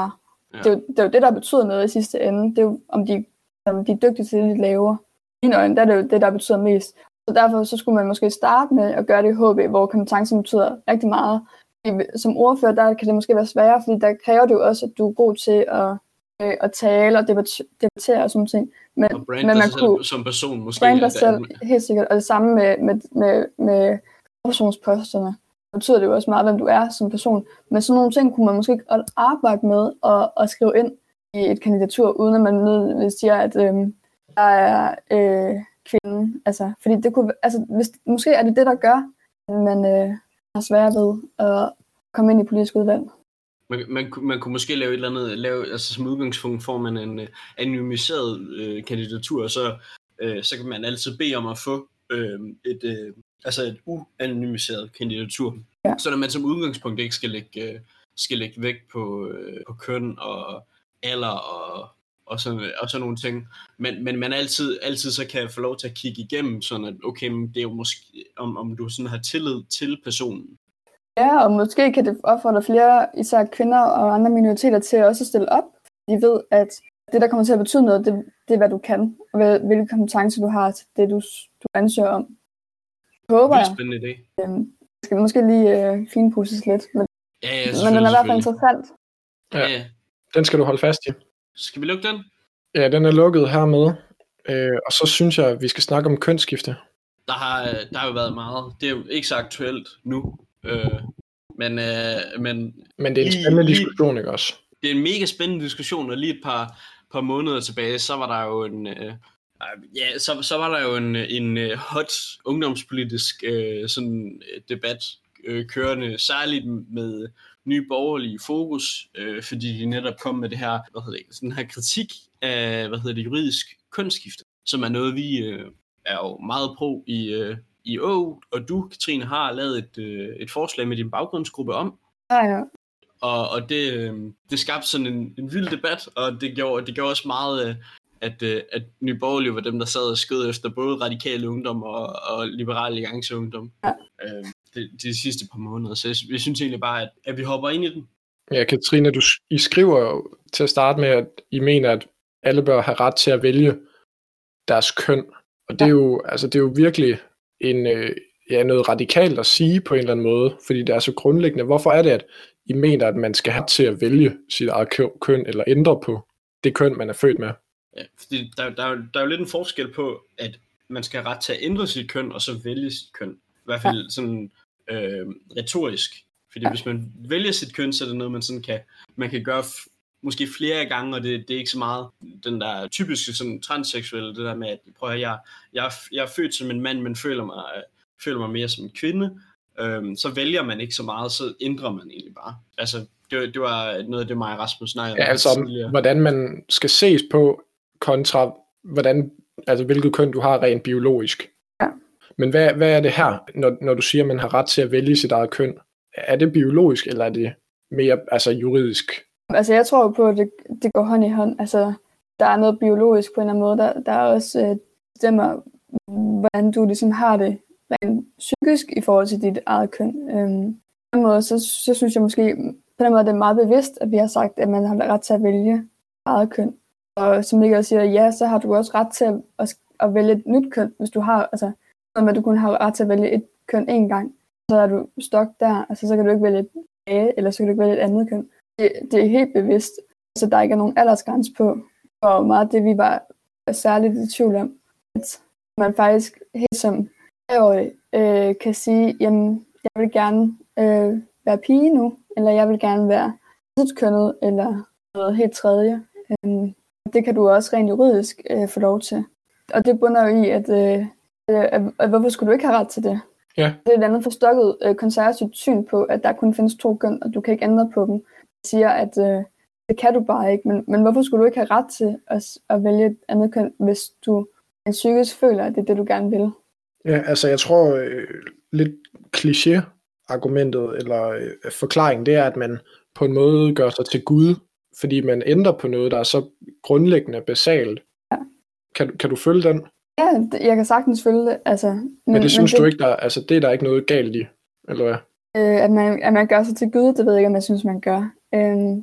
Ja. Det, er jo, det er jo det, der betyder noget i sidste ende. Det er jo, om de, om de er dygtige til det, de laver. I mine øjne, der er det jo det, der betyder mest. Så derfor så skulle man måske starte med at gøre det i H B, hvor kompetencen betyder rigtig meget. Som ordfører, der kan det måske være sværere, fordi der kræver det jo også, at du er god til at, øh, at tale og debattere og sådan ting. Men, og brande men man dig kunne som person måske. Brande dig selv, helt sikkert. Og det samme med, med, med, med personsposterne. Det betyder det jo også meget, hvem du er som person. Men sådan nogle ting kunne man måske arbejde med og, og skrive ind i et kandidatur, uden at man nødvendigvis siger, at øh, der er øh, kvinden. Altså, fordi det kunne, altså, hvis, måske er det det, der gør, at man øh, har svært ved at komme ind i politisk udvalg. Man, man, man kunne måske lave et eller andet, lave, altså som udgangspunkt får man en uh, anonymiseret uh, kandidatur, og så, uh, så kan man altid bede om at få uh, et, uh, altså et uanonymiseret kandidatur. Ja. Så når man som udgangspunkt ikke skal lægge, uh, skal lægge vægt på, uh, på køn og alder og, og, sådan, og sådan nogle ting. Men, men man altid, altid så kan få lov til at kigge igennem, sådan at okay, det er jo måske, om, om du sådan har tillid til personen. Ja, og måske kan det opfordre flere, især kvinder og andre minoriteter, til at også stille op. De ved, at det, der kommer til at betyde noget, det, det er, hvad du kan, og hvilke kompetencer du har til det, du, du ansøger om. Det håber jeg. Det er en spændende idé. Øhm, skal måske lige øh, finpudses lidt, men, ja, ja, men den er i hvert fald interessant. Ja, ja, den skal du holde fast i. Skal vi lukke den? Ja, den er lukket hermed. Øh, og så synes jeg, at vi skal snakke om kønsskifte. Der har, der har jo været meget. Det er jo ikke så aktuelt nu. Øh, men, øh, men, men det er en spændende lige, diskussion, ikke også? Det er en mega spændende diskussion, og lige et par, par måneder tilbage, så var der jo en, øh, ja, så, så var der jo en, en hot ungdomspolitisk øh, sådan debat øh, kørende, særligt med Nye Borgerlige fokus, øh, fordi de netop kom med det her, hvad hedder det, sådan her kritik af, hvad hedder det, juridisk kønsskifte, som er noget, vi øh, er jo meget pro i øh, i Å, og du, Katrine, har lavet et, øh, et forslag med din baggrundsgruppe om. Ja, ja. Og, og det, øh, det skabte sådan en, en vild debat, og det gjorde, det gjorde også meget, øh, at, øh, at Nye Borgerlige var dem, der sad og skød efter både radikale ungdom og, og liberale alliance ungdom ja. øh, de, de sidste par måneder. Så jeg, jeg synes egentlig bare, at, at vi hopper ind i den. Ja, Katrine, du, I skriver jo til at starte med, at I mener, at alle bør have ret til at vælge deres køn. Og det er jo, altså, det er jo virkelig en, øh, ja, noget radikalt at sige på en eller anden måde, fordi det er så grundlæggende. Hvorfor er det, at I mener, at man skal have til at vælge sit eget køn, eller ændre på det køn, man er født med? Ja, fordi der, der, der er jo lidt en forskel på, at man skal have ret til at ændre sit køn, og så vælge sit køn. I hvert fald ja. sådan øh, retorisk. Fordi ja. hvis man vælger sit køn, så er det noget, man sådan kan, man kan gøre f- måske flere gange, og det, det er ikke så meget den der typiske sådan transseksuelle, det der med, at prøv at jeg, jeg, jeg er født som en mand, men føler mig, føler mig mere som en kvinde. Øhm, så vælger man ikke så meget, så ændrer man egentlig bare. Altså, det, det var noget af det, mig og Rasmus snakkede om. Ja, altså tidligere. Hvordan man skal ses på kontra, hvordan, altså hvilket køn du har rent biologisk. Ja. Men hvad, hvad er det her, når, når du siger, at man har ret til at vælge sit eget køn? Er det biologisk, eller er det mere altså juridisk? Altså, jeg tror på, at det, det går hånd i hånd. Altså, der er noget biologisk på en eller anden måde. Der, der er også øh, stemmer, hvordan du ligesom har det rent psykisk i forhold til dit eget køn. Øhm, på den måde, så, så synes jeg måske, på den måde, det er meget bevidst, at vi har sagt, at man har ret til at vælge eget køn. Og som Michael siger, ja, så har du også ret til at, at, at vælge et nyt køn, hvis du har, altså, når du kun har ret til at vælge et køn én gang, så er du stok der, altså så kan du ikke vælge et A, eller så kan du ikke vælge et andet køn. Det, det er helt bevidst, så der ikke er nogen aldersgrænse på, og meget det, vi var særligt i tvivl om, at man faktisk helt som treårig øh, kan sige, jamen, jeg vil gerne øh, være pige nu, eller jeg vil gerne være kønnet, eller noget helt tredje. Øh, det kan du også rent juridisk øh, få lov til. Og det bunder jo i, at, øh, at, at hvorfor skulle du ikke have ret til det? Ja. Det er et andet forstokket øh, konservativt syn på, at der kun findes to køn, og du kan ikke ændre på dem. Det siger, at øh, det kan du bare ikke, men, men hvorfor skulle du ikke have ret til at, at vælge et andet køn, hvis du en psykisk føler, at det er det, du gerne vil? Ja, altså jeg tror øh, lidt kliché-argumentet, eller øh, forklaringen, det er, at man på en måde gør sig til Gud, fordi man ændrer på noget, der er så grundlæggende basalt. Ja. Kan, kan du følge den? Ja, jeg kan sagtens følge det. Altså, men, men det synes men det, du ikke, der, altså det er der ikke noget galt i, eller hvad? Øh, at, man, at man gør sig til Gud, det ved jeg ikke, om jeg synes, man gør. Øh, Nej.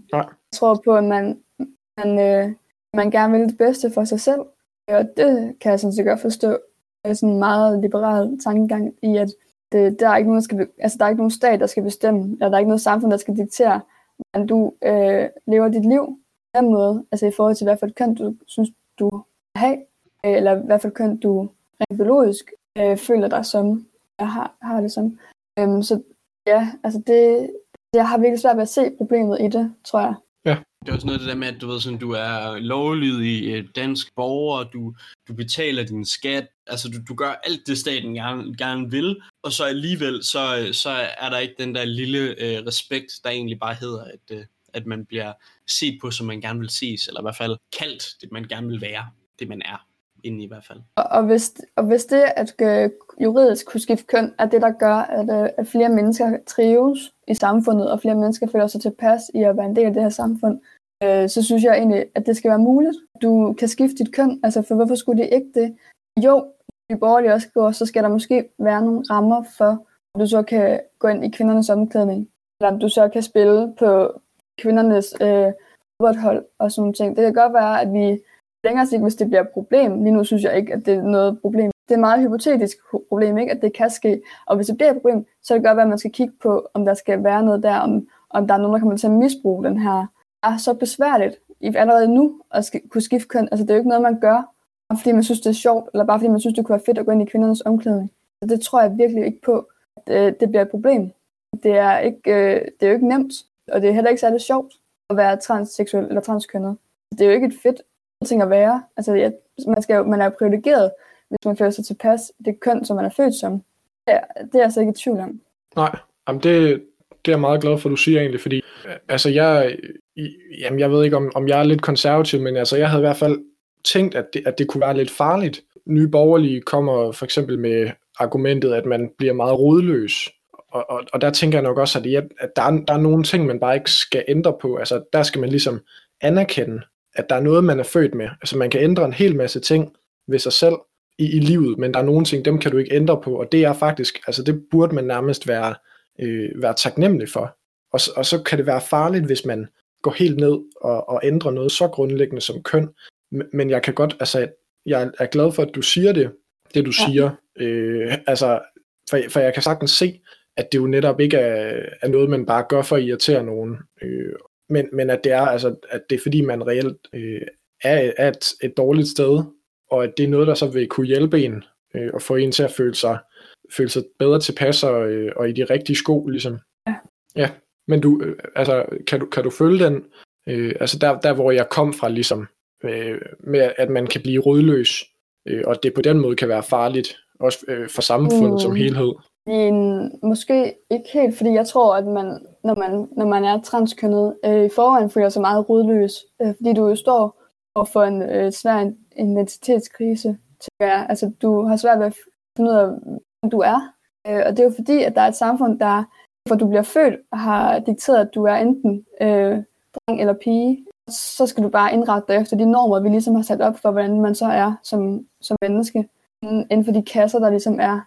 Jeg tror på, at man, man, øh, man gerne vil det bedste for sig selv, og det kan jeg sådan set godt forstå. Det er sådan en meget liberal tankegang i, at det, der, er ikke nogen, der, skal, altså, der er ikke nogen stat, der skal bestemme, eller der er ikke noget samfund, der skal diktere, hvordan du øh, lever dit liv på den måde, altså i forhold til, hvad for et køn du synes, du vil have, eller hvad for et køn du rent biologisk øh, føler dig som, jeg har, har det som. Øhm, så ja, altså det, jeg har virkelig svært ved at se problemet i det, tror jeg. Ja. Det er også noget af det der med, at du ved sådan, du er lovlydig dansk borger, du, du betaler din skat, altså du, du gør alt det, staten gerne, gerne vil, og så alligevel, så, så er der ikke den der lille øh, respekt, der egentlig bare hedder, at, øh, at man bliver set på, som man gerne vil ses, eller i hvert fald kaldt det, man gerne vil være, det man er, inde i hvert fald. Og, og, hvis, og hvis det at øh, juridisk kunne skifte køn, er det, der gør, at, øh, at flere mennesker trives i samfundet, og flere mennesker føler sig tilpas i at være en del af det her samfund, øh, så synes jeg egentlig, at det skal være muligt. Du kan skifte dit køn, altså for hvorfor skulle det ikke det? Jo, i borgerlige også går, så skal der måske være nogle rammer for, at du så kan gå ind i kvindernes omklædning, eller om du så kan spille på kvindernes øh, fodboldhold og sådan nogle ting. Det kan godt være, at vi længere sigt, hvis det bliver et problem. Lige nu synes jeg ikke, at det er noget problem. Det er et meget hypotetisk problem, ikke? At det kan ske. Og hvis det bliver et problem, så kan det godt være, at man skal kigge på, om der skal være noget der, om, om der er nogen, der kommer til at misbruge den her. Det er så besværligt allerede nu at sk- kunne skifte køn. Altså det er jo ikke noget, man gør, bare fordi man synes, det er sjovt, eller bare fordi man synes, det kunne være fedt at gå ind i kvindernes omklædning. Så det tror jeg virkelig ikke på, at øh, det bliver et problem. Det er, ikke, øh, det er jo ikke nemt, og det er heller ikke særlig sjovt at være transseksuel eller transkønnet. Det er jo ikke et fedt ting at være. Altså, ja, man, skal jo, man er jo privilegeret, hvis man føler sig tilpas det køn, som man er født som. Det er, det er jeg altså ikke i tvivl om. Nej, jamen det, det er jeg meget glad for, at du siger egentlig, fordi altså jeg, jamen jeg ved ikke, om, om jeg er lidt konservativ, men altså jeg havde i hvert fald tænkt, at det, at det kunne være lidt farligt. Nye borgerlige kommer for eksempel med argumentet, at man bliver meget rodløs. Og, og, og der tænker jeg nok også, at, jeg, at der, er, der er nogle ting, man bare ikke skal ændre på. Altså der skal man ligesom anerkende, at der er noget, man er født med. Altså man kan ændre en hel masse ting ved sig selv i, i livet, men der er nogle ting, dem kan du ikke ændre på, og det er faktisk, altså det burde man nærmest være, øh, være taknemmelig for. Og, og så kan det være farligt, hvis man går helt ned og, og ændrer noget så grundlæggende som køn. Men jeg kan godt, altså jeg er glad for, at du siger det, det du ja. siger. Øh, altså, for, for jeg kan sagtens se, at det jo netop ikke er, er noget, man bare gør for at irritere nogen. Øh, Men, men at det er altså, at det er fordi man reelt øh, er, er et, et dårligt sted, og at det er noget, der så vil kunne hjælpe en øh, og få en til at føle sig, føle sig bedre tilpas og, øh, og i de rigtige sko, ligesom. Ja. Ja. Men du, øh, altså, kan du, kan du følge den, øh, altså der, der hvor jeg kom fra, ligesom, øh, med at man kan blive rodløs, øh, og det på den måde kan være farligt, også øh, for samfundet mm. som helhed. En, måske ikke helt, fordi jeg tror, at man, når man, når man er transkønnet, øh, i forvejen føler sig meget rodløs, øh, fordi du jo står og får en øh, svær identitetskrise. Altså, du har svært ved at finde ud af, hvem du er. Øh, og det er jo fordi, at der er et samfund, der, hvor du bliver født, har dikteret, at du er enten øh, dreng eller pige. Så skal du bare indrette dig efter de normer, vi ligesom har sat op for, hvordan man så er som, som menneske. Inden for de kasser, der ligesom er.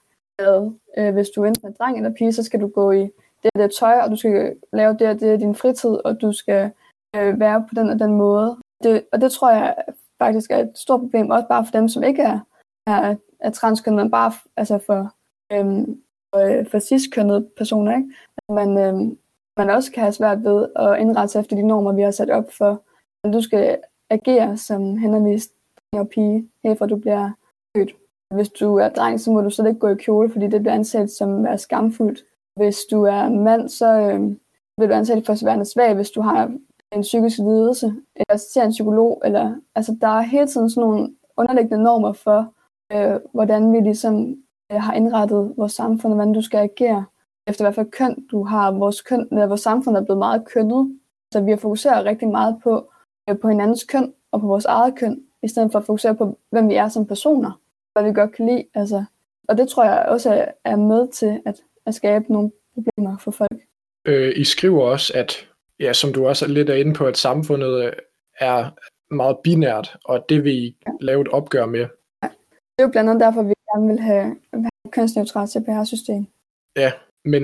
Øh, hvis du enten er dreng eller pige, så skal du gå i det der tøj, og du skal lave det og det i din fritid, og du skal øh, være på den og den måde. Det, og det tror jeg faktisk er et stort problem, også bare for dem, som ikke er, er, er transkønnede, men bare altså for, øhm, for, for cis-kønnede personer. Ikke? At man, øhm, man også kan have svært ved at indrette sig efter de normer, vi har sat op for, at du skal agere som henholdsvis dreng og pige, helt fra du bliver født. Hvis du er dreng, så må du slet ikke gå i kjole, fordi det bliver anset som er skamfuldt. Hvis du er mand, så øh, vil du anset for at være svag, hvis du har en psykisk lidelse, eller ser en psykolog. Eller, altså, der er hele tiden sådan nogle underliggende normer for, øh, hvordan vi ligesom øh, har indrettet vores samfund, og hvordan du skal agere. Efter hvad for køn du har. Vores, køn, eller vores samfund er blevet meget kønnet, så vi har fokuseret rigtig meget på, øh, på hinandens køn og på vores eget køn, i stedet for at fokusere på, hvem vi er som personer. Hvad vi godt kan lide. Altså. Og det tror jeg også er med til at, at skabe nogle problemer for folk. Øh, I skriver også, at, ja, som du også er lidt er inde på, at samfundet er meget binært, og det vil I ja. lave et opgør med. Ja. Det er jo blandt andet derfor, vi gerne vil have, have et kønsneutralt C P R-system. Ja, men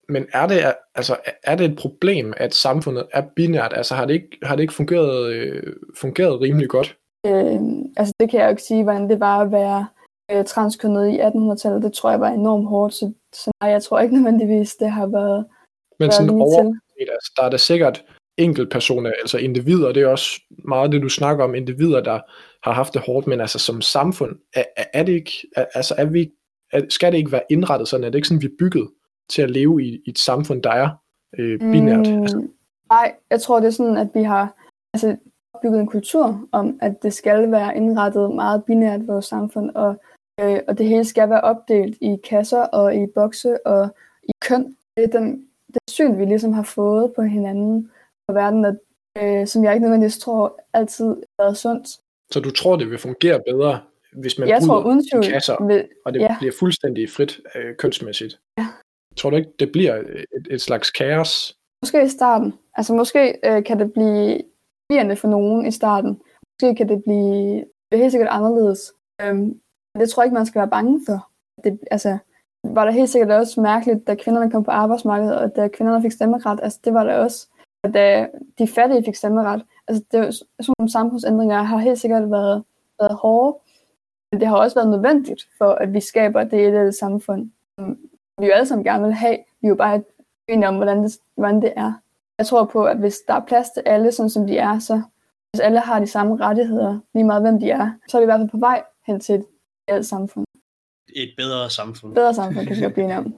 men er det, altså, er det et problem, at samfundet er binært? Altså har det ikke, har det ikke fungeret, øh, fungeret rimelig godt? Øh, altså det kan jeg jo ikke sige, hvordan det var at være øh, transkønnet i attenhundredetallet. Det tror jeg var enormt hårdt, så, så nej, jeg tror ikke nødvendigvis, det har været, men været sådan lige over, til. Altså, der er der sikkert enkeltpersoner, altså individer, det er også meget det, du snakker om, individer, der har haft det hårdt, men altså som samfund, er, er det ikke, er, altså er vi, er, skal det ikke være indrettet sådan, er det ikke sådan, vi er bygget til at leve i, i et samfund, der er øh, binært? Mm, altså. Nej, jeg tror, det er sådan, at vi har altså, bygget en kultur om, at det skal være indrettet meget binært i vores samfund, og, øh, og det hele skal være opdelt i kasser og i bokse og i køn. Det er den, det syn, vi ligesom har fået på hinanden og verden, at, øh, som jeg ikke nødvendigvis tror altid har været sundt. Så du tror, det vil fungere bedre, hvis man jeg tror, bryder uden de kasser, vil, og det ja. bliver fuldstændig frit øh, kønsmæssigt? Ja. Tror du ikke, det bliver et, et slags kaos? Måske i starten. Altså måske øh, kan det blive forvirrende for nogen i starten. Måske kan det blive det er helt sikkert anderledes. Øhm, det tror jeg ikke, man skal være bange for. Det, altså, var der helt sikkert også mærkeligt, da kvinderne kom på arbejdsmarkedet, og da kvinderne fik stemmeret. Altså det var der også, da de fattige fik stemmeret. Altså det var, sådan nogle samfundsændringer har helt sikkert været, været hårde. Men det har også været nødvendigt for, at vi skaber det ideelle samfund, som vi jo alle sammen gerne vil have. Vi er jo bare enige om, hvordan det, hvordan det er. Jeg tror på, at hvis der er plads til alle, sådan som de er, så hvis alle har de samme rettigheder, lige meget hvem de er, så er vi i hvert fald på vej hen til et ideelt samfund. Et bedre samfund. Et bedre samfund, kan vi godt blive enige om.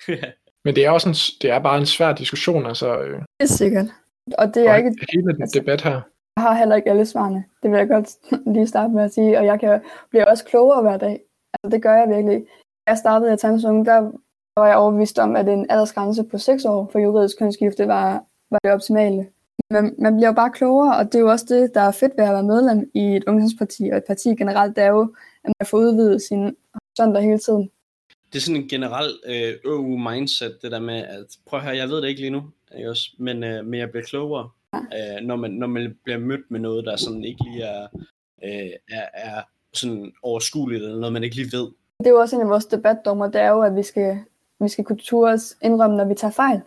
Men det er også en, det er bare en svær diskussion, altså. Øh, det er sikkert. Og det er og ikke... hele den altså, debat her. Jeg har heller ikke alle svarene. Det vil jeg godt lige starte med at sige. Og jeg kan blive også klogere hver dag. Altså, det gør jeg virkelig. Jeg startede i Tansunge, der var jeg overbevist om, at en aldersgrænse på seks år for juridisk kønsskifte var, var det optimale. Men man bliver jo bare klogere, og det er jo også det, der er fedt ved at være medlem i et ungdomsparti og et parti generelt. Det er jo, at man får udvidet sine horisonter hele tiden. Det er sådan en generel øh, Ø U-mindset, det der med, at prøv at høre, jeg ved det ikke lige nu, ikke også? Men, øh, men jeg bliver klogere, ja. øh, når, man, når man bliver mødt med noget, der sådan ikke lige er, øh, er, er sådan overskueligt, eller noget, man ikke lige ved. Det er jo også en af vores debatdommer, det er jo, at vi skal, vi skal kunne turde os indrømme, når vi tager fejl.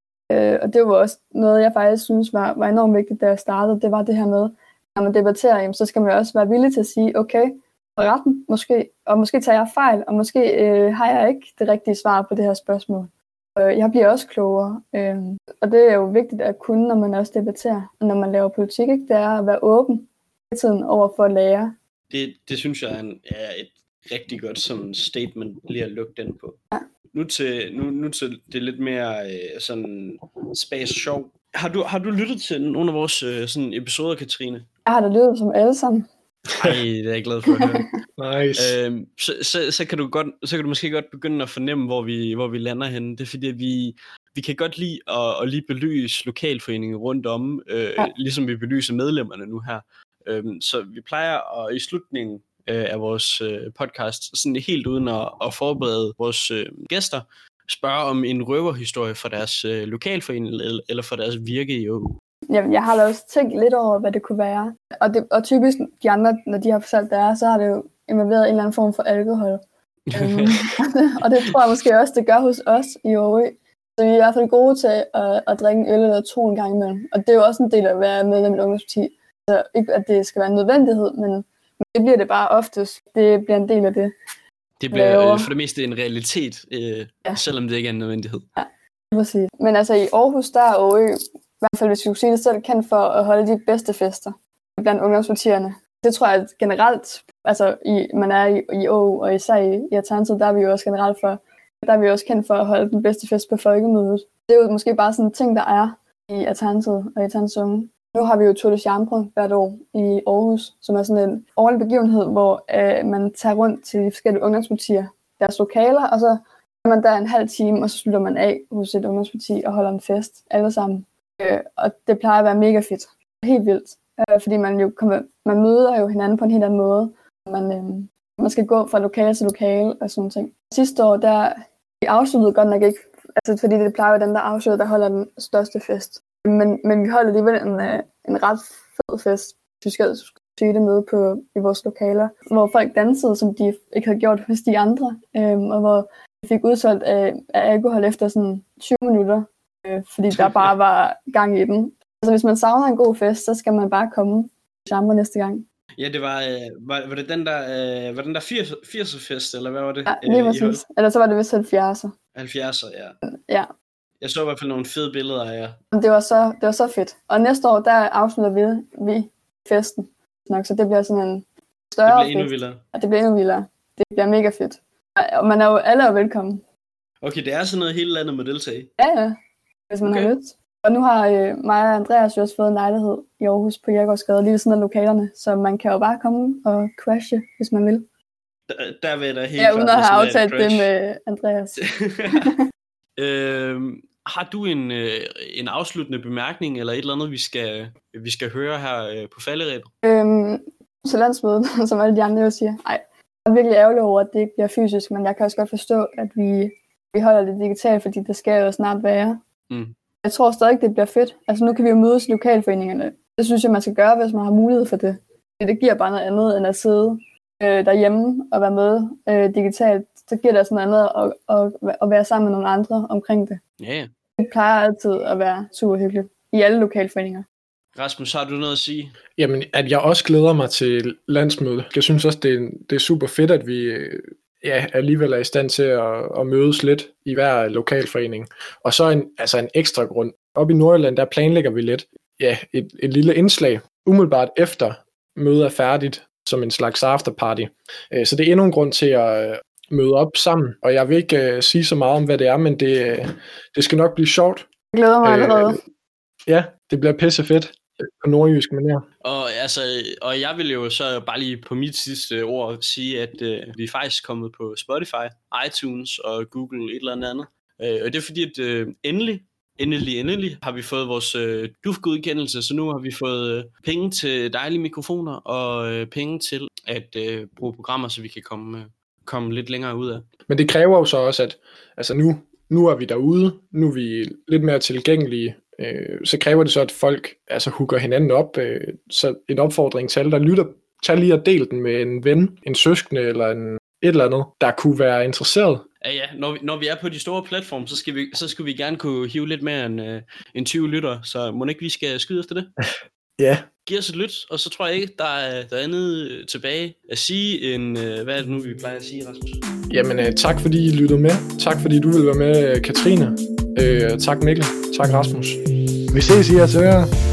Øh, og det var også noget, jeg faktisk synes var, var enormt vigtigt, da jeg startede. Det var det her med, når man debatterer, jamen, så skal man også være villig til at sige, okay, for retten måske, og måske tager jeg fejl, og måske øh, har jeg ikke det rigtige svar på det her spørgsmål. Øh, jeg bliver også klogere, øh, og det er jo vigtigt at kunne, når man også debatterer, og når man laver politik, ikke? Det er at være åben hele tiden over for at lære. Det, det synes jeg er, en, er et rigtig godt sådan statement lige at lukke den på. Ja. Nu til, nu, nu til det lidt mere øh, sådan spas og sjov. Har du, har du lyttet til nogle af vores øh, sådan episoder, Katrine? Jeg har da lyttet som alle sammen. Ej, det er jeg glad for at høre. Nice. Øhm, så, så, så, kan du godt, så kan du måske godt begynde at fornemme, hvor vi, hvor vi lander henne. Det er fordi, at vi, vi kan godt lide at, at lige belyse lokalforeningen rundt om, øh, ja. Ligesom vi belyser medlemmerne nu her. Øhm, så vi plejer at i slutningen øh, af vores øh, podcast, sådan helt uden at, at forberede vores øh, gæster, spørge om en røverhistorie fra deres øh, lokalforening eller, eller fra deres virke i Ø U. Jamen, jeg har da også tænkt lidt over, hvad det kunne være. Og, det, og typisk, de andre, når de har fortalt det er, så har det jo involveret en eller anden form for alkohol. um, og det tror jeg måske også, det gør hos os i Ø U. Så vi er i hvert fald gode til at, at drikke en øl eller to en gang imellem. Og det er jo også en del af at være medlem i et ungdomsparti. Så ikke, at det skal være en nødvendighed, men, men det bliver det bare oftest. Det bliver en del af det. Det bliver øh, for det meste en realitet, øh, ja. Selvom det ikke er en nødvendighed. Ja, præcis. Men altså i Aarhus, der er Ø U, i hvert fald hvis vi skulle sige det selv, kendt for at holde de bedste fester blandt ungdomspartierne. Det tror jeg at generelt, altså i, man er i, i Ø U, og især i, i Alternativet, der er vi jo også generelt for, der er vi også kendt for at holde den bedste fest på folkemødet. Det er jo måske bare sådan en ting, der er i Alternativet og i Alternativet. Nu har vi jo Tour de Chambre hvert år i Aarhus, som er sådan en årlig begivenhed, hvor øh, man tager rundt til de forskellige ungdomspartier, deres lokaler, og så er man der en halv time, og så slutter man af hos et ungdomsparti og holder en fest alle sammen. Øh, og det plejer at være mega fedt. Helt vildt. Øh, fordi man jo kommer, man møder jo hinanden på en helt anden måde. Man, øh, man skal gå fra lokale til lokale og sådan ting. Sidste år, der vi afsluttede godt nok ikke, altså fordi det plejer at være den, der afslutter, der holder den største fest. Men, men vi holdt alligevel en, en ret fed fest, hvis vi skal sige det med på, i vores lokaler, hvor folk dansede, som de ikke havde gjort hos de andre, øhm, og hvor vi fik udsolgt af, af alkohol efter sådan tyve minutter, øh, fordi der bare var gang i den. Altså hvis man savner en god fest, så skal man bare komme til Chambre næste gang. Ja, det var, øh, var, var det den der, øh, var den der firserne-fest, eller hvad var det? Ja, lige præcis. Eller så var det vist halvfjerdser. halvfjerdser, ja. Ja. Jeg så i hvert fald nogle fede billeder af jer. Det var så, det var så fedt. Og næste år, der afslutter vi, vi festen nok, så det bliver sådan en større fest. Det bliver endnu vildere. Ja, det bliver endnu vildere. Det bliver mega fedt. Og man er jo alle er velkommen. Okay, det er sådan noget, hele landet må deltage. Ja, ja. Hvis man okay. har lyst. Og nu har øh, mig og Andreas jo også fået en lejlighed i Aarhus på Jærgårdsgade, lige ved sådan af lokalerne, så man kan jo bare komme og crashe, hvis man vil. Der, der vil der helt ja, uden at have aftalt det med Andreas. øhm, har du en, øh, en afsluttende bemærkning, eller et eller andet, vi skal, vi skal høre her øh, på falderebet? Øhm, så landsmødet, som alle de andre jo siger. Ej, jeg er virkelig ærgerlig over, at det ikke bliver fysisk, men jeg kan også godt forstå, at vi, vi holder det digitalt, fordi det skal jo snart være. Mm. Jeg tror stadig, det bliver fedt. Altså nu kan vi jo mødes i lokalforeningerne. Det synes jeg, man skal gøre, hvis man har mulighed for det. Det giver bare noget andet, end at sidde øh, derhjemme og være med øh, digitalt. Så giver det sådan noget andet at, at, at være sammen med nogle andre omkring det. Ja, ja. Det plejer altid at være super hyggeligt i alle lokalforeninger. Rasmus, har du noget at sige? Jamen, at jeg også glæder mig til landsmødet. Jeg synes også, det er, det er super fedt, at vi ja, alligevel er i stand til at, at mødes lidt i hver lokalforening. Og så en, altså en ekstra grund. Oppe i Nordjylland, der planlægger vi lidt ja, et, et lille indslag, umiddelbart efter mødet er færdigt, som en slags afterparty. Så det er endnu en grund til at møde op sammen. Og jeg vil ikke uh, sige så meget om, hvad det er, men det, det skal nok blive sjovt. Jeg glæder mig allerede. Øh, ja, det bliver pissefedt på nordjysk manier. Og, altså, og jeg vil jo så bare lige på mit sidste ord sige, at øh, vi er faktisk kommet på Spotify, iTunes og Google et eller andet. Øh, og det er fordi, at øh, endelig, endelig, endelig har vi fået vores øh, duf-godkendelse, så nu har vi fået øh, penge til dejlige mikrofoner og øh, penge til at øh, bruge programmer, så vi kan komme, øh, komme lidt længere ud af. Men det kræver jo så også, at altså nu, nu er vi derude, nu er vi lidt mere tilgængelige, øh, så kræver det så, at folk altså hooker hinanden op. Øh, så en opfordring til alle, der lytter, tag lige og del den med en ven, en søskende eller en, et eller andet, der kunne være interesseret. Ja, ja. Når vi, når vi er på de store platforme, så skal vi, så skal vi gerne kunne hive lidt mere end, øh, end tyve lytter, så må ikke vi skal skyde efter det? Ja. Giv os et lyt, og så tror jeg ikke, der er, der er andet tilbage at sige, end øh, hvad er det nu, vi plejer at sige, Rasmus? Jamen, øh, tak fordi I lyttede med. Tak fordi du ville være med, Katrine. Øh, tak Mikkel. Tak Rasmus. Vi ses i jeres ører.